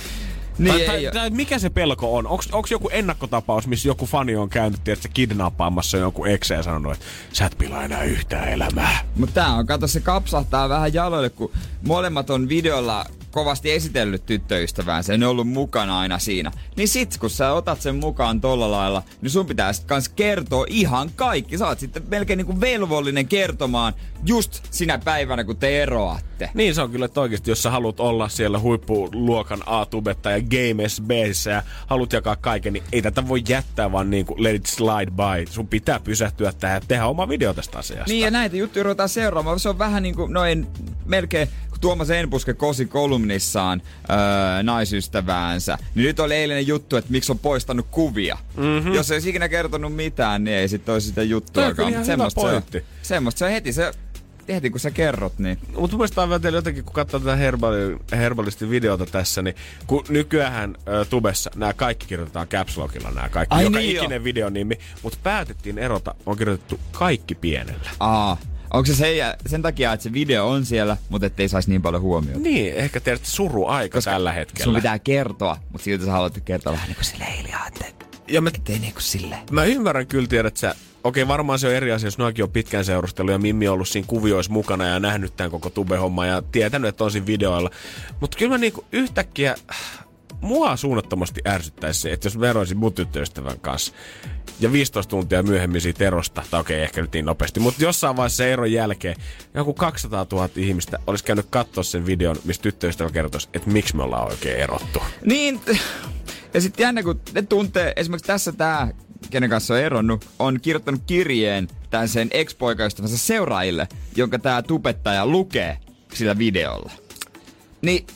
Niin, tai mikä se pelko on? Onko joku ennakkotapaus, missä joku fani on käynyt kidnappaamassa joku eksä ja sanonut, että sä et pilaa enää yhtään elämää? Mutta tää on, kato, se kapsahtaa vähän jaloille, kun molemmat on videolla kovasti esitellyt tyttöystäväänsä ja ne on ollut mukana aina siinä. Niin sit, kun sä otat sen mukaan tolla lailla, niin sun pitää sit kans kertoa ihan kaikki. Sä oot sitten melkein niinku velvollinen kertomaan just sinä päivänä, kun te eroatte. Niin se on kyllä, että oikeesti, jos sä haluat olla siellä huippuluokan A-tubettaja Game SB:ssä ja haluat jakaa kaiken, niin ei tätä voi jättää vaan niinku let it slide by. Sun pitää pysähtyä tähän ja tehdä oma video tästä asiasta. Niin ja näitä juttuja ruvetaan seuraamaan. Se on vähän niinku noin melkein Tuomas Enbuske kosi kolumnissaan naisystäväänsä. Niin nyt oli eilinen juttu, että miksi on poistanut kuvia. Mm-hmm. Jos ei ikinä kertonut mitään, niin ei sit olisi sitä juttuakaan. Semmosta se on heti kun sä kerrot, niin. Mutta mun mielestä on vielä jotenkin, kun katsoo tätä Herbalistin videota tässä, niin kun nykyään tubessa nämä kaikki kirjoitetaan caps lockilla, nämä kaikki. Ai joka niin ikinen videon nimi. Mutta päätettiin erota, on kirjoitettu kaikki pienellä. Onko se sen takia, että se video on siellä, mutta ettei saisi niin paljon huomiota? Niin, ehkä tehdä suruaika tällä hetkellä. Sun pitää kertoa, mutta silti sä haluat kertoa vähän niin kuin silleen hiljaa, ettei niin kuin silleen. Mä ymmärrän kyllä, tiedät sä, okei, varmaan se on eri asia, jos noikin on pitkään seurustellut ja Mimmi on ollut siinä kuvioissa mukana ja nähnyt tämän koko tube-homma ja tietänyt, että on siinä videoilla. Mutta kyllä mä niinku yhtäkkiä, mua suunnattomasti ärsyttäisi se, että jos mä eroisin mun tyttöystävän kanssa ja 15 tuntia myöhemmin siitä erosta, tai okei, ehkä nyt niin nopeasti, mutta jossain vaiheessa se eron jälkeen joku 200 000 ihmistä olisi käynyt katsoa sen videon, missä tyttöystävä kertoisi, että miksi me ollaan oikein erottu. Niin, ja sitten jännä, kun ne tuntee, esimerkiksi tässä tää, kenen kanssa on eronnut, on kirjoittanut kirjeen tämän sen ex-poikaystävänsä seuraajille, jonka tää tubettaja lukee sillä videolla. Niin,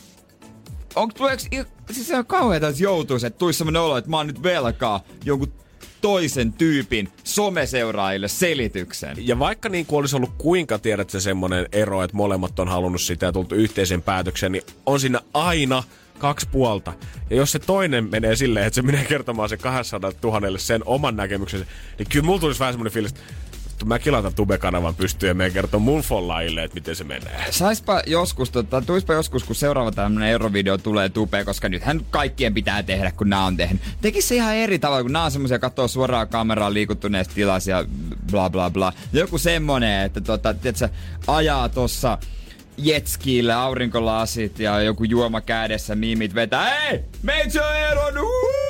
siis se on kauheeta, että joutuisi, että tulisi semmonen olo, että mä oon nyt velkaa jonkun toisen tyypin someseuraajille selityksen. Ja vaikka niin kuin olisi ollut kuinka tiedät se semmonen ero, että molemmat on halunnut sitä ja tultu yhteisen päätöksen, niin on siinä aina 2 puolta. Ja jos se toinen menee silleen, että se menee kertomaan sen 200 000 sen oman näkemyksen, niin kyllä mulla tulisi vähän semmonen fiilis, että mä kilatan Tube-kanavan pystyyn ja menen kertoa mun follaajille, että miten se menee. Tuispa joskus, kun seuraava tämmönen erovideo tulee Tubeen, koska nythän kaikkien pitää tehdä, kun nää on tehnyt. Tekis se ihan eri tavalla, kun nää on semmosia kattoo suoraan kameraan liikuttuneesta tilassa ja bla bla bla. Joku semmonen, että tiiätsä, ajaa tossa jetskille, aurinkolasit ja joku juoma kädessä, mimit vetää. Hei! Meitä on eronnut!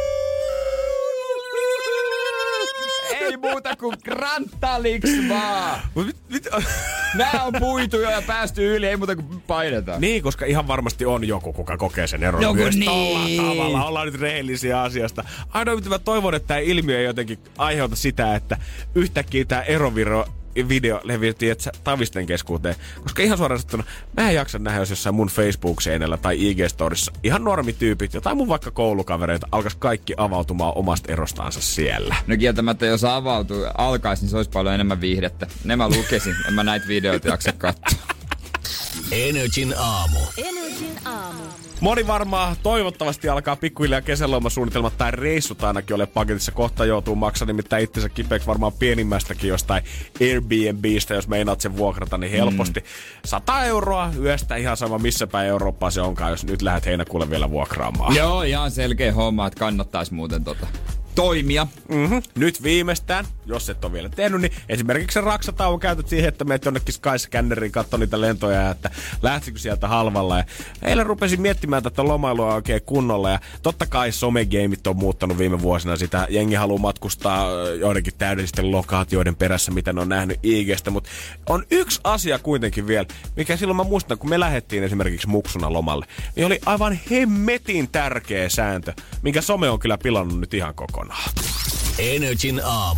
Ei muuta kuin grantaliks vaan! Nää on puituja ja päästy yli, ei muuta kuin painetaan. Niin, koska ihan varmasti on joku, kuka kokee sen eron joku myös niin. Tolla tavalla. Ollaan nyt rehellisiä asiasta. Ainoa, mitä mä toivon, että tämä ilmiö ei jotenkin aiheuta sitä, että yhtäkkiä tämä video levitettiin tavisten keskuuteen. Koska ihan suoraan sanottuna, mä en jaksa nähdä, jos jossain mun Facebook-seinällä tai IG-storissa ihan normityypit, jotain mun vaikka koulukavereita, alkaisi kaikki avautumaan omasta erostaansa siellä. No kieltämättä, jos alkaisi, niin se olisi paljon enemmän viihdettä. Ne mä lukesin, en mä näitä videoita jaksa katsoa. Energin aamu. Moni varmaan toivottavasti alkaa pikkuhiljaa kesälomasuunnitelmat tai reissut ainakin ole paketissa. Kohta joutuu maksamaan nimittäin itsensä kipeäksi varmaan pienimmästäkin jostain Airbnbistä, jos meinaat sen vuokrata, niin helposti 100 € yöstä, ihan sama missä päin Eurooppaa se onkaan, jos nyt lähdet heinäkuulle vielä vuokraamaan. Joo, ihan selkeä homma, että kannattais muuten toimia. Mm-hmm. Nyt viimeistään, jos et ole vielä tehnyt, niin esimerkiksi se raksatauon käytät siihen, että menet jonnekin Skyscanneriin katsoa niitä lentoja, että lähtisikö sieltä halvalla. Ja eilen rupesin miettimään tätä lomailua oikein kunnolla ja totta kai somegeimit on muuttanut viime vuosina sitä. Jengi haluaa matkustaa joidenkin täydellisten lokaatioiden perässä, mitä ne on nähnyt IG:stä, mutta on yksi asia kuitenkin vielä, mikä silloin mä muistan, kun me lähdettiin esimerkiksi Muksuna lomalle, niin oli aivan hemmetin tärkeä sääntö, minkä some on kyllä pilannut nyt ihan kokonaan. Energin aamu.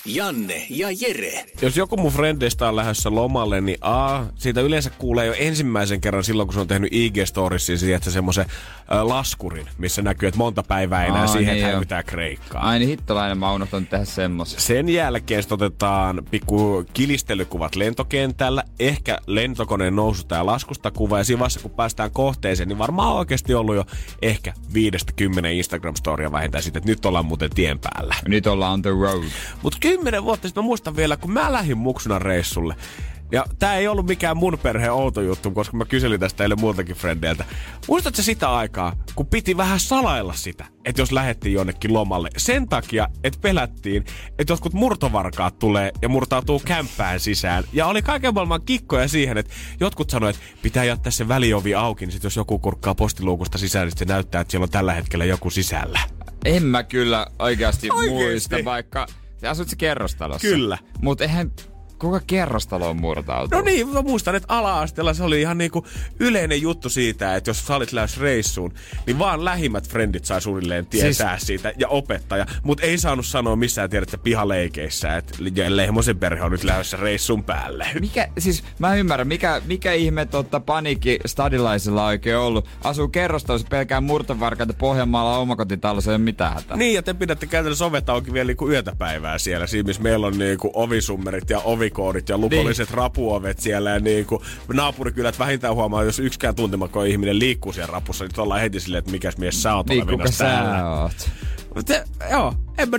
Janne ja Jere. Jos joku mun frendeistä on lähdössä lomalle, niin siitä yleensä kuulee jo ensimmäisen kerran silloin, kun se on tehnyt IG-storissiin siihen, semmoisen laskurin, missä näkyy, että monta päivää enää siihen, että häivytään Kreikkaa. Ai niin, hittolainen, mä unohtanut tehdä semmoisen. Sen jälkeen otetaan pikku kilistelykuvat lentokentällä, ehkä lentokoneen noususta ja laskusta kuva, ja siinä vaiheessa, kun päästään kohteeseen, niin varmaan on oikeasti ollut jo ehkä 5-10 Instagram-storia vähintään siitä, että nyt ollaan muuten tien päällä. Nyt ollaan on the road. Mutta 10 vuotta sitten mä muistan vielä, kun mä lähdin muksuna reissulle. Ja tää ei ollut mikään mun perheen outo juttu, koska mä kyselin tästä teille muiltakin frendeiltä. Muistatko sitä aikaa, kun piti vähän salailla sitä, että jos lähdettiin jonnekin lomalle? Sen takia, että pelättiin, että jotkut murtovarkaat tulee ja murtautuu kämppään sisään. Ja oli kaiken maailman kikkoja siihen, että jotkut sanoivat, että pitää jättää se väliovi auki, niin sit jos joku kurkkaa postiluukusta sisään, niin se näyttää, että siellä on tällä hetkellä joku sisällä. En mä kyllä oikeasti muista, vaikka asut se kerrostalossa. Kyllä. Mut eihän kuka kerrostaloon murtautuu? No niin, mä muistan, että ala-asteella se oli ihan niinku yleinen juttu siitä, että jos sä olit lähes reissuun, niin vaan lähimmät frendit sai suunnilleen tietää siitä ja opettaja. Mut ei saanut sanoa missään, tiedätkö, pihaleikeissä, että Lehmosen perhe on nyt lähdössä reissun päälle. Mä ymmärrän, mikä ihme paniikki stadilaisilla on oikein ollut. Asuu kerrostalossa pelkään murtovarkaita Pohjanmaalla omakotitalossa, ei ole mitään hätää. Niin, ja te pidätte käytännössä ovet auki vielä niinku yötä päivää siellä. Siinä, missä meillä on niinku ovisummerit ja ovikoodit ja lukolliset rapuovet siellä ja niinku naapurikylät vähintään huomaa, jos yksikään tuntematon ihminen liikkuu siellä rapussa, niin ollaan heti silleen, että mikäs mies sä oot olevinnas täällä. Sä oot? Joo,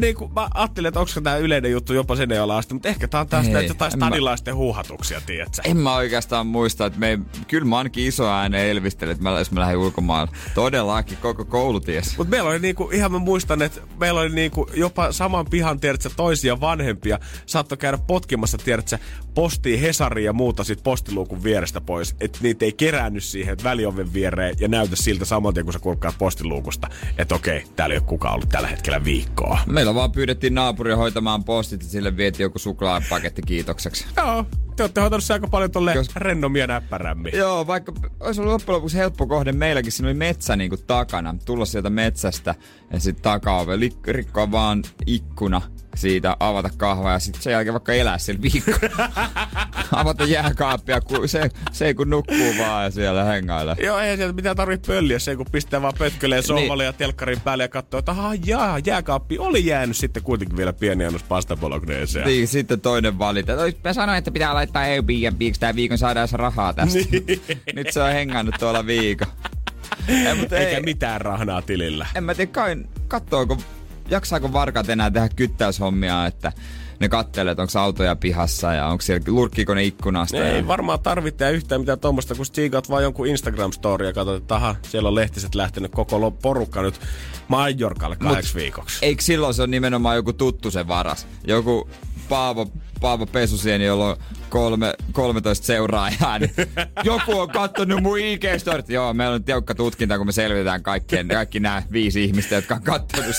mä ajattelin, että onko tää yleinen juttu jopa sen ei ole asti, mutta ehkä tää on taas näitä jotain stadilaisten huuhatuksia, tietsä. En mä oikeastaan muista, että kyllä mä ainakin iso ääneen elvistelin, että jos mä lähdin ulkomaille. Todellakin, koko kouluties. Mut meillä oli niinku, ihan mä muistan, että meillä oli niinku jopa saman pihan, tiedätkö, toisia vanhempia. Saattoi käydä potkimassa, tiedätkö, postiin Hesariin ja muuta sit postiluukun vierestä pois. Että niitä ei keräänny siihen välioven viereen ja näytä siltä saman tien, kun sä kurkkaat postiluukusta. Että okei, täällä ei ole kukaan ollut tällä hetkellä viikkoa. Meillä vaan pyydettiin naapuria hoitamaan postit ja sille vietiin joku suklaapaketti kiitokseksi. Joo, te olette hoitanut se aika paljon tolle rennomia näppärämmin. Joo, vaikka olisi ollut loppujen lopuksi helppo kohde meilläkin, siinä oli metsä niinku takana. Tulla sieltä metsästä ja sitten takaove rikkoa vaan ikkuna siitä, avata kahvaa ja sitten sen jälkeen vaikka elää siellä viikkoa. Avata jääkaappia, se kun nukkuu vaan ja siellä hengailee. Joo, ei sieltä mitään tarvitse pölliä, se kun pistää vaan pötköleen sohvalle ja telkkarin päälle ja katsoo, että jääkaappi oli jäänyt sitten kuitenkin vielä pieni annos pasta bolognesea. Niin, sitten toinen valita. Mä sanoin, että pitää laittaa Airbnbiksi tää viikon, saadaan rahaa tästä. Niin. Nyt se on hengannut tuolla viikon. Eikä mitään rahnaa tilillä. En mä tiedä, jaksaako varkaat enää tehdä kyttäyshommia, että ne kattelee, että onko autoja pihassa ja onko siellä, lurkkiiko ne ikkunasta. Ei varmaan tarvitse yhtään mitään tuommoista, kun tsiikaat vaan jonkun Instagram-story ja katsot, että siellä on lehtiset lähtenyt koko porukka nyt Majorkalle 8 viikoksi. Eikö silloin se on nimenomaan joku tuttu se varas? Joku Paavo Pesusieni, jolla on 13 seuraajaa, niin joku on kattonut mun IG-storit. Joo, meillä on tiukka tutkinta, kun me selvitetään kaikki nämä 5 ihmistä, jotka on kattonut.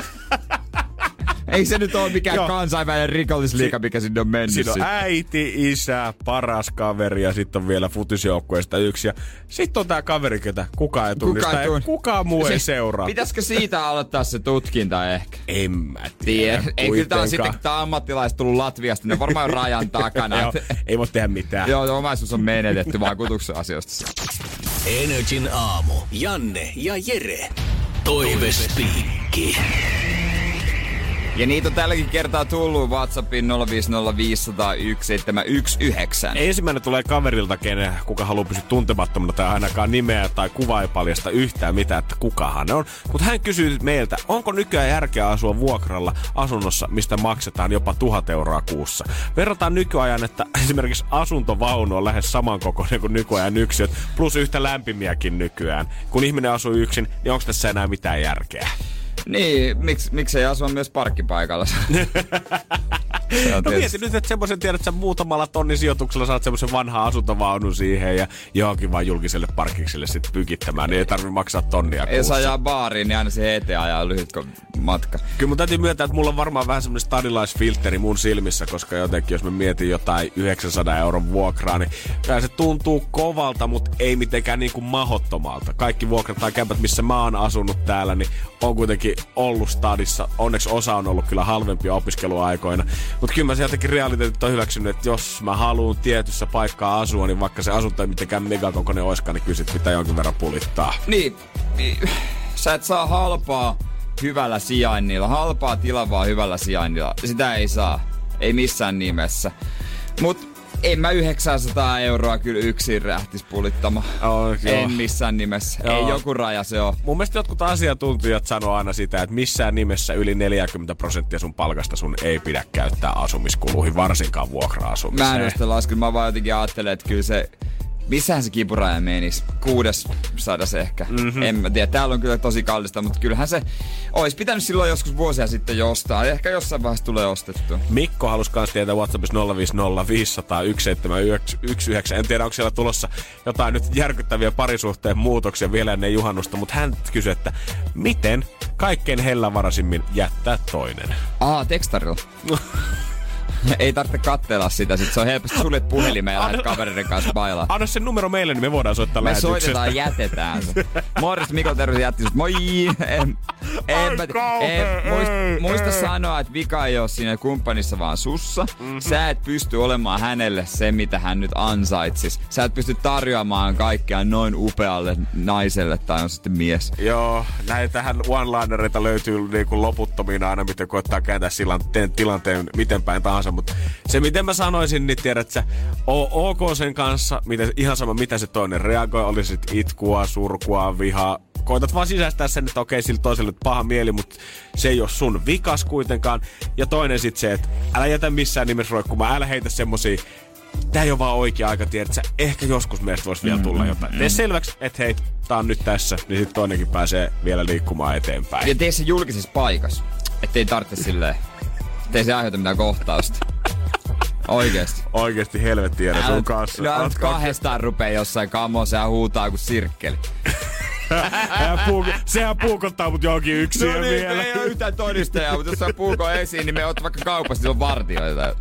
Ei se nyt ole mikään kansainvälinen rikollisliiga, mikä sinne on mennyt. Siinä on äiti, isä, paras kaveri ja sitten on vielä futisjoukkueesta yksi. Ja sitten on tää kaveri, ketä kukaan ei tunnista ja kukaan muu ei seuraa. Pitäisikö siitä aloittaa se tutkinta ehkä? En mä tiedä. Ei kyllä tää on sitten, kun tää ammattilaiset tullut Latviasta, ne on varmaan rajan takana. Joo, ei voi tehdä mitään. Joo, omaisuus on menetetty vakuutuksen asioista. Energin aamu. Janne ja Jere. Toivespiikki. Ja niitä on tälläkin kertaa tullut WhatsAppiin 050501719. Ensimmäinen tulee kaverilta, kuka haluaa pysyä tuntemattomana tai ainakaan nimeä tai kuva ei paljasta yhtään mitään, että kukahan ne on. Mutta hän kysyy meiltä, onko nykyään järkeä asua vuokralla asunnossa, mistä maksetaan jopa 1,000 euroa kuussa. Verrataan nykyajan, että esimerkiksi asuntovaunu on lähes samankokoinen kuin nykyajan yksiöt, plus yhtä lämpimiäkin nykyään. Kun ihminen asuu yksin, niin onko tässä enää mitään järkeä? Niin, miksei asua myös parkkipaikalla? No mieti nyt, että semmoisen tiedät, että sä muutamalla tonnin sijoituksella saat semmoisen vanhan asuntovaunun siihen ja johonkin vaan julkiselle parkikselle sitten pykittämään, niin ei tarvitse maksaa tonnia kuussa. Ei saa ajaa baariin, niin aina siihen eteen ajaa lyhyt matka. Kyllä mun täytyy myöntää, että mulla on varmaan vähän semmoinen stadilaisfiltteri mun silmissä, koska jotenkin jos mä mietin jotain 900 euron vuokraa, niin se tuntuu kovalta, mutta ei mitenkään niin kuin mahottomalta. Kaikki vuokrat tai kämpät, missä mä oon asunut täällä, niin on kuitenkin ollut stadissa. Onneksi osa on ollut kyllä halvempia opiskeluaikoina. Mutta kyllä mä sieltäkin realiteetit on hyväksynyt, että jos mä haluan tietyssä paikkaa asua, niin vaikka se asunto ei mitenkään megakokoinen oiskaan, niin kyllä sit pitää jonkin verran pulittaa. Niin. Sä et saa halpaa hyvällä sijainnilla. Halpaa tilavaa hyvällä sijainnilla. Sitä ei saa. Ei missään nimessä. Mut en mä 900 euroa kyllä yksin rähtis pulittamaan. En missään nimessä. Joo. Ei joku raja se on. Mun mielestä jotkut asiantuntijat sanoo aina sitä, että missään nimessä yli 40% sun palkasta sun ei pidä käyttää asumiskuluihin, varsinkaan vuokra-asumiseen. Mä en sitä laskenut. Mä vaan jotenkin ajattelen, että kyllä se... Missähän se kipuraja menisi? 600 ehkä. Mm-hmm. En mä tiedä. Täällä on kyllä tosi kallista, mutta kyllähän se olisi pitänyt silloin joskus vuosia sitten jostain. Ehkä jossain vaiheessa tulee ostettua. Mikko halusi kans tietää WhatsAppissa 050 500 1719. En tiedä, onko siellä tulossa jotain nyt järkyttäviä parisuhteen muutoksia vielä ennen juhannusta, mutta hän kysyi, että miten kaikkein hellävaraisimmin jättää toinen? Tekstarilla. Ei tarvitse katsella sitä, sit se on helposti suljet puhelimeen ja lähdet kavereiden kanssa bailaa. Anna sen numero meille, niin me voidaan soittaa lähetyksestä. Me soitetaan, jätetään se. Morjesta, Mikko terveys jätti sut. Moi! Muista sanoa, että vika ei oo siinä kumppanissa vaan sussa. Mm-hmm. Sä et pysty olemaan hänelle se, mitä hän nyt ansaitsis. Sä et pysty tarjoamaan kaikkea noin upealle naiselle tai on sitten mies. Joo, näitähän one-linereita löytyy niinku loputtomiin aina, miten koettaa kääntää tilanteen miten päin tahansa. Mutta se, miten mä sanoisin, niin tiedät sä, ok sen kanssa, ihan sama mitä se toinen reagoi, oli sit itkua, surkua, vihaa. Koitat vaan sisäistää sen, että okei, sillä toiselle paha mieli, mutta se ei ole sun vikas kuitenkaan. Ja toinen sit se, että älä jätä missään nimessä roikkumaan, älä heitä semmosia, tää ei ole vaan oikea aika, tiedät sä, ehkä joskus meistä voisi vielä tulla jotain. Tee selväksi, että hei, tää on nyt tässä, niin sit toinenkin pääsee vielä liikkumaan eteenpäin. Ja tee se julkisessa paikassa, ettei tarvitse silleen. Ei se aiheuta mitään kohtausta. Oikeesti. Oikeesti helvetti jäädä sun kanssa. No kahdestaan rupee jossain kamossa ja huutaa kuin sirkkeli. Sehän puukottaa mut johonkin yksin no niin, vielä. Ei ole yhtään todistajaa, mutta jos on puuko esiin, niin me oot vaikka kaupassa, niin on vartioita.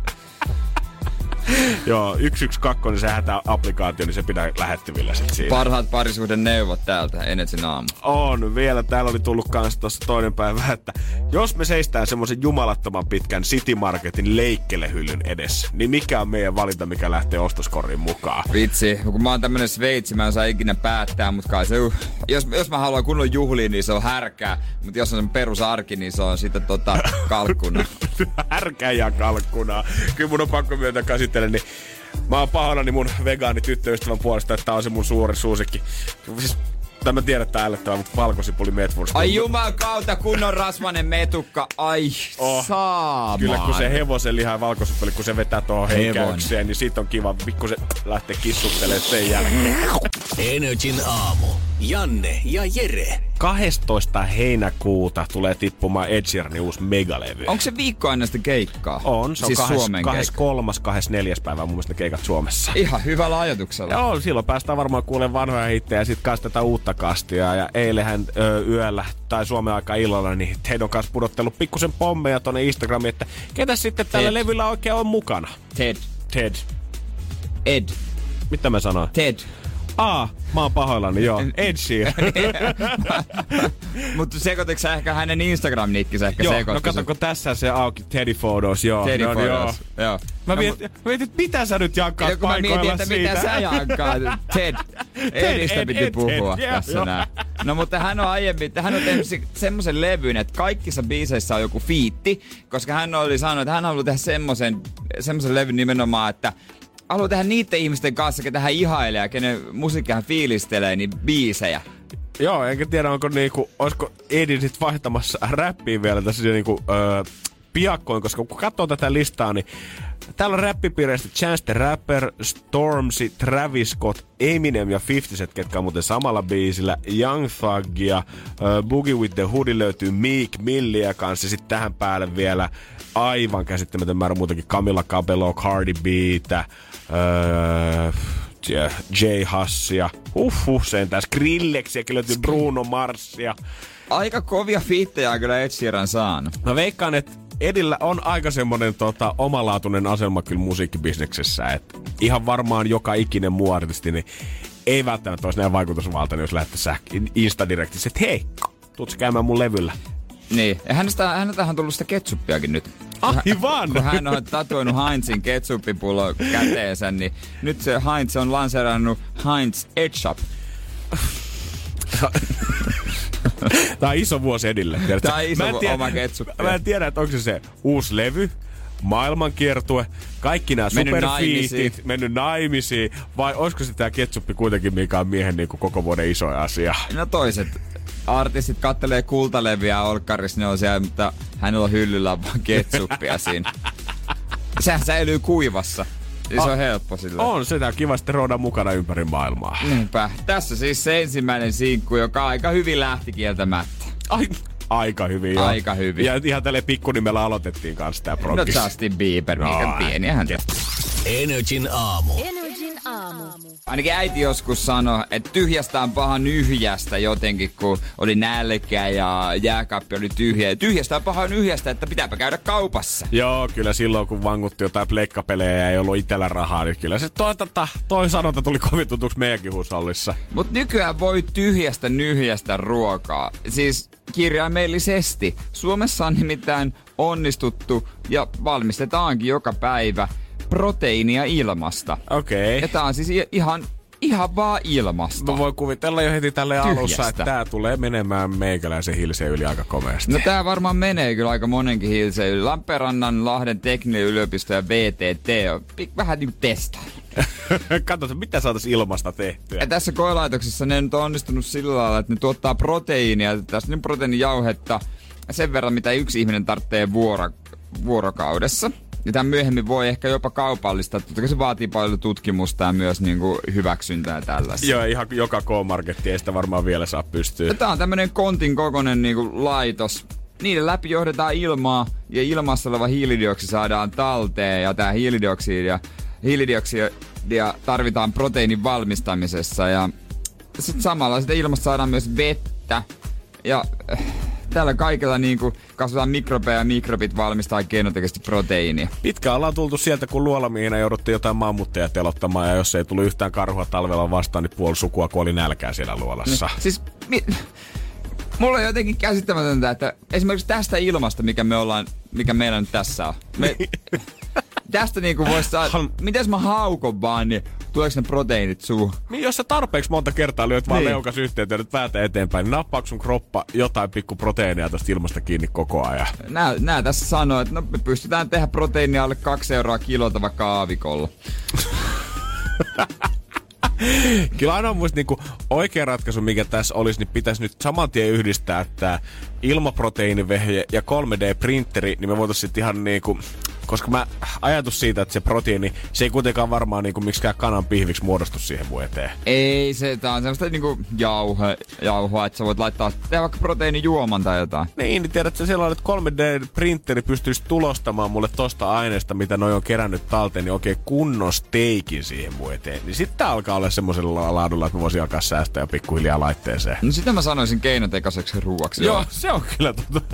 Joo, 112, niin se hätäapplikaatio, niin se pitää lähettävillä sit siinä. Parhaat parisuhden neuvot täältä, Energin aamu. On, vielä täällä oli tullut kanssa tossa toinen päivä, että jos me seistään semmosen jumalattoman pitkän City Marketin leikkelehyllyn edessä, niin mikä on meidän valinta, mikä lähtee ostoskoriin mukaan? Vitsi, kun mä oon tämmönen sveitsi, mä en saa ikinä päättää, mutta kai se, jos mä haluan kunnon juhliin, niin se on härkää, mutta jos on sen perusarki, niin se on sitten kalkkuna. Härkää ja kalkkunaa. Kyllä mun on pakko myöntää käsitellä, niin mä oon pahoillani mun vegaanityttöystävän puolesta, että tää on se mun suuri suosikki. Siis, mä tiedän, että tää ällöttävää, mutta valkosipuli metwurst. Ai jumalauta, kunnon rasvanen metukka. Ai saama. Kyllä kun se hevosen liha ja valkosipuli, kun se vetää tuohon heikäykseen, niin siitä on kiva pikkusen lähteä kissuttelemaan sen jälkeen. Energin aamu. Janne ja Jere. 12. heinäkuuta tulee tippumaan Ed Sheeranin uusi megalevy. Onko se viikko ennen sitä keikkaa? On, se on siis 23. 24. päivä mun mielestä ne keikat Suomessa. Ihan hyvällä ajatuksella. Joo, silloin päästään varmaan kuulemaan vanhoja hittejä ja sit kanssa tätä uutta kastia. Ja eilähän yöllä tai Suomen aika illalla, niin Ted on kanssa pudottellut pikkusen pommeja tonne Instagramiin, että ketä sitten tällä levyllä oikein on mukana? Ted. Ed. Mitä mä sanoin? Ted. Mä oon pahoillani, joo. Ed Sheeran. Mutta sekoitiko sä ehkä hänen Instagram-nikkinsä ehkä joo, no katsoko tässä se auki Teddy Photos, joo. Teddy Photos, joo. Mä mietin, että mitä sä nyt jakkaat paikoilla siitä. Mä mietin, että mitä sä jakkaat. Ted. Edistä piti puhua tässä näin. No mutta hän on tehnyt semmosen levyn, että kaikissa biiseissä on joku fiitti, koska hän oli sanonut, että hän haluaa tehdä semmosen levyn nimenomaan, että haluaa tehdä niiden ihmisten kanssa, ketä hän ihailee ja kenen musiikkia hän fiilistelee, niin biisejä. Joo, enkä tiedä, olisiko Edi sit vaihtamassa räppiin vielä tässä piakkoin, koska kun katsoo tätä listaa, niin täällä on räppipiireistä Chance the Rapper, Stormzy, Travis Scott, Eminem ja 50 Cent, ketkä on muuten samalla biisillä, Young Thug ja Boogie with the Hoodie löytyy Meek Milliä kanssa, ja sitten tähän päälle vielä aivan käsittämätön määrä muutakin Camila Cabello, Cardi B:tä, J Hussia, sentään Skrillexiäkin löytyy Bruno Marsia. Aika kovia fiittejä on kyllä Ed Sheeran saanut. Mä veikkaan, että Edillä on aika semmonen omalaatuinen asema kyllä musiikkibisneksessä, että ihan varmaan joka ikinen muu artisti, niin ei välttämättä olisi näin vaikutusvaltainen, jos lähettäisiin Instadirektissä, että hei, tuutko käymään mun levyllä? Niin, ja häneltähän on tullut sitä ketsuppiakin nyt. Aivan! Kun hän on tatuoinut Heinzin ketsuppipullo käteensä, niin nyt se Heinz on lanseerannut Heinz Ketchup. Tää on iso vuosi edille. Tää on iso oma ketsuppi. Mä en tiedä, että onko se uusi levy, maailmankiertue, kaikki nämä superfiitit, mennyt naimisiin, vai olisiko se tää ketsuppi kuitenkin, mikä on miehen niin kuin koko vuoden isoja asia? No toiset artistit kattelee kultaleviä olkkarissa, ne on siellä, mutta hänellä on hyllyllä vaan ketsuppia siinä. Sehän säilyy kuivassa. Se on helppo sillä. On, sitä kiva sitten rooda mukana ympäri maailmaa. Niinpä. Tässä siis se ensimmäinen sinkku, joka aika hyvin lähti kieltämättä. Aika hyvin, joo. Aika hyvin. Ja ihan tälle pikkunimellä aloitettiin kanssa tää proggis. No Justin Bieber, mikä pieniähän. Energin aamu. Ainakin äiti joskus sanoi, että tyhjästä on paha nyhjästä jotenkin, kun oli nälkä ja jääkaappi oli tyhjä. Tyhjästä on paha nyhjästä, että pitääpä käydä kaupassa. Joo, kyllä silloin kun vangutti jotain pleikkapelejä ja ei ollut itsellä rahaa, niin kyllä se toi sanonta tuli kovin tutuksi meidänkin huushollissa. Mut nykyään voi tyhjästä nyhjästä ruokaa. Siis kirjaimellisesti. Suomessa on nimittäin onnistuttu ja valmistetaankin joka päivä proteiinia ilmasta. Okei. Ja tää on siis ihan vaan ilmasta. Mä voin kuvitella jo heti tälle alussa, että tää tulee menemään meikäläisen hilseen yli aika komeasti. No tää varmaan menee kyllä aika monenkin hilseen yli. Lappeenrannan, Lahden tekninen yliopisto ja VTT on vähän niinku testaa. Katsotaan, mitä saataisiin ilmasta tehtyä. Ja tässä koelaitoksessa ne nyt on onnistunut sillä lailla, että ne tuottaa proteiinia. Tässä on proteiinijauhetta sen verran, mitä yksi ihminen tarvitsee vuorokaudessa. Ja tämän myöhemmin voi ehkä jopa kaupallistaa. Totta kai se vaatii paljon tutkimusta ja myös niinku hyväksyntää tällaista. Joo, ihan joka K-marketti ei sitä varmaan vielä saa pystyä. Tää on tämmönen kontin kokoinen niinku laitos. Niiden läpi johdetaan ilmaa ja ilmassa oleva hiilidioksidi saadaan talteen. Ja tää hiilidioksidia tarvitaan proteiinin valmistamisessa. Ja sit samalla sitä ilmasta saadaan myös vettä. Ja tällä kaikella niinku kasvataan mikrobeja ja mikrobit valmistaa keinotekoisesti proteiinia. Pitkään ollaan tultu sieltä, kun luolamiehinä jouduttiin jotain mammutteja telottamaan, ja jos ei tullut yhtään karhua talvella vastaan, niin puoli sukua kuoli nälkää siellä luolassa. No, siis mulla on jotenkin käsittämätöntä, että esimerkiksi tästä ilmasta, mikä meillä nyt tässä on. Tästä niinku vois saada, mites mä haukon vaan, niin tuleeko ne proteiinit suuhun? Niin, jos sä tarpeeksi monta kertaa lyöt vaan leukas yhteen ja nyt päätä eteenpäin, niin nappaako sun kroppa jotain pikku proteiinia tosta ilmasta kiinni koko ajan? Nää tässä sanoo, että no, me pystytään tehdä proteiinia alle 2 euroa kilolta vaikka aavikolla. Kyllä aina muista niinku oikea ratkaisu, mikä tässä olisi, niin pitäisi nyt saman tien yhdistää, että ilmaproteiinivehje ja 3D-printeri, niin me voitaisiin sitten ihan niinku, koska ajatus siitä, että se proteiini, se ei kuitenkaan varmaan niinku miksikään kanan pihviksi muodostu siihen mun eteen. Ei, tää on semmoista niinku jauhoa, että sä voit tehdä vaikka proteiinijuoman tai jotain. Niin tiedät sä sellainen, että 3D-printeri pystyisi tulostamaan mulle tosta aineesta, mitä noi on kerännyt talteen, niin oikein kunnon steikin siihen mun eteen. Niin sitten tää alkaa olla semmoisella laadulla, että mä voisin alkaa säästää jo pikkuhiljaa laitteeseen. No sitä mä sanoisin keinotekoiseksi ruuaksi. Joo, se on kyllä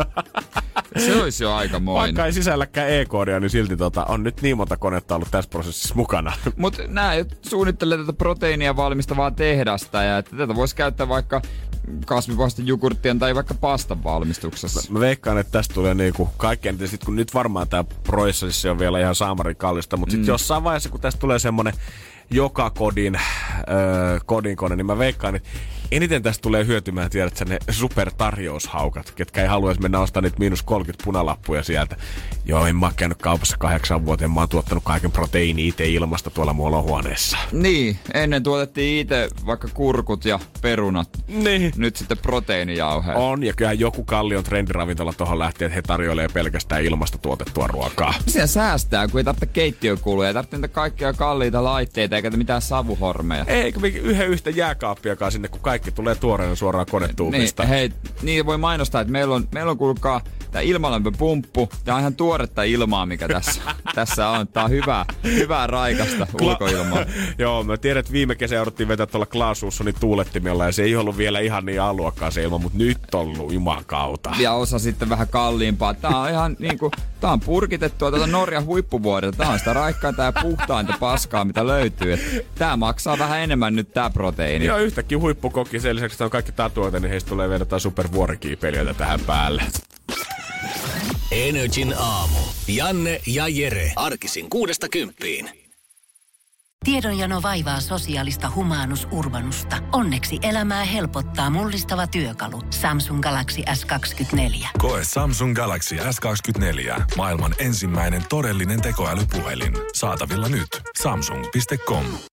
Se olisi jo aikamoinen. Vaikka ei sisälläkään e-koodia, niin silti on nyt niin monta konetta ollut tässä prosessissa mukana. Mut nää suunnittelee tätä proteiinia valmistavaa tehdasta ja että tätä voisi käyttää vaikka kasvipohjaisten jogurttien tai vaikka pastan valmistuksessa. Mä veikkaan, että tästä tulee niinku kaikkeen, sit kun nyt varmaan tää prosessi on vielä ihan saamarin kallista, mutta sit jossain vaiheessa, kun tästä tulee semmonen joka kodinkone, niin mä veikkaan, että eniten tästä tulee hyötymään, tiedät sä, ne supertarjoushaukat, ketkä ei halua mennä ostamaan niitä -30 punalappuja sieltä. Joo, en mä käynyt kaupassa 8 vuoteen, mä oon tuottanut kaiken proteiini itse ilmasta tuolla mun olohuoneessa. Niin, ennen tuotettiin itse vaikka kurkut ja perunat. Niin. Nyt sitten proteiinijauheja. On, ja kyllähän joku Kallion trendiravintola tohon lähti, että he tarjoilee pelkästään ilmasta tuotettua ruokaa. Siellä säästää, kun ei tarvitse keittiökuluja, ei tarvitse niitä kaikkia kalliita laitteita eikä mitään savuhormeja. Eikä yhden yhtä jääkaappiakaan sinne, kun kaikki tulee tuoreena suoraan konetuupista. Niin, hei, niin voi mainostaa, että meillä on kuulkaa tää ilmalämpöpumppu. Tää on ihan tuoretta ilmaa, mikä tässä on. Tää on hyvää raikasta ulkoilmaa. Joo, mä tiedän, että viime kesä jouduttiin vetää tuolla Glaasuussonin tuulettimella ja se ei ollut vielä ihan niin aluakkaan se ilma, mutta nyt on jumakauta. Ja osa sitten vähän kalliimpaa. Tää on ihan niinku, tää on purkitettua tuota Norjan huippuvuodelta. Tää on sitä raikkainta ja puhtainta paskaa, mitä löytyy. Et tää maksaa vähän enemmän nyt tää proteiini. Joo, yhtäkkiä huippukokki. Sen lisäksi, että on kaikki tatuoita, niin heistä tulee vielä jotain supervuorikiipeilijöitä tähän päälle. Energin aamu. Janne ja Jere. Arkisin 6–10. Tiedonjano vaivaa sosiaalista humanus urbanusta. Onneksi elämää helpottaa mullistava työkalu. Samsung Galaxy S24. Koe Samsung Galaxy S24. Maailman ensimmäinen todellinen tekoälypuhelin. Saatavilla nyt. Samsung.com.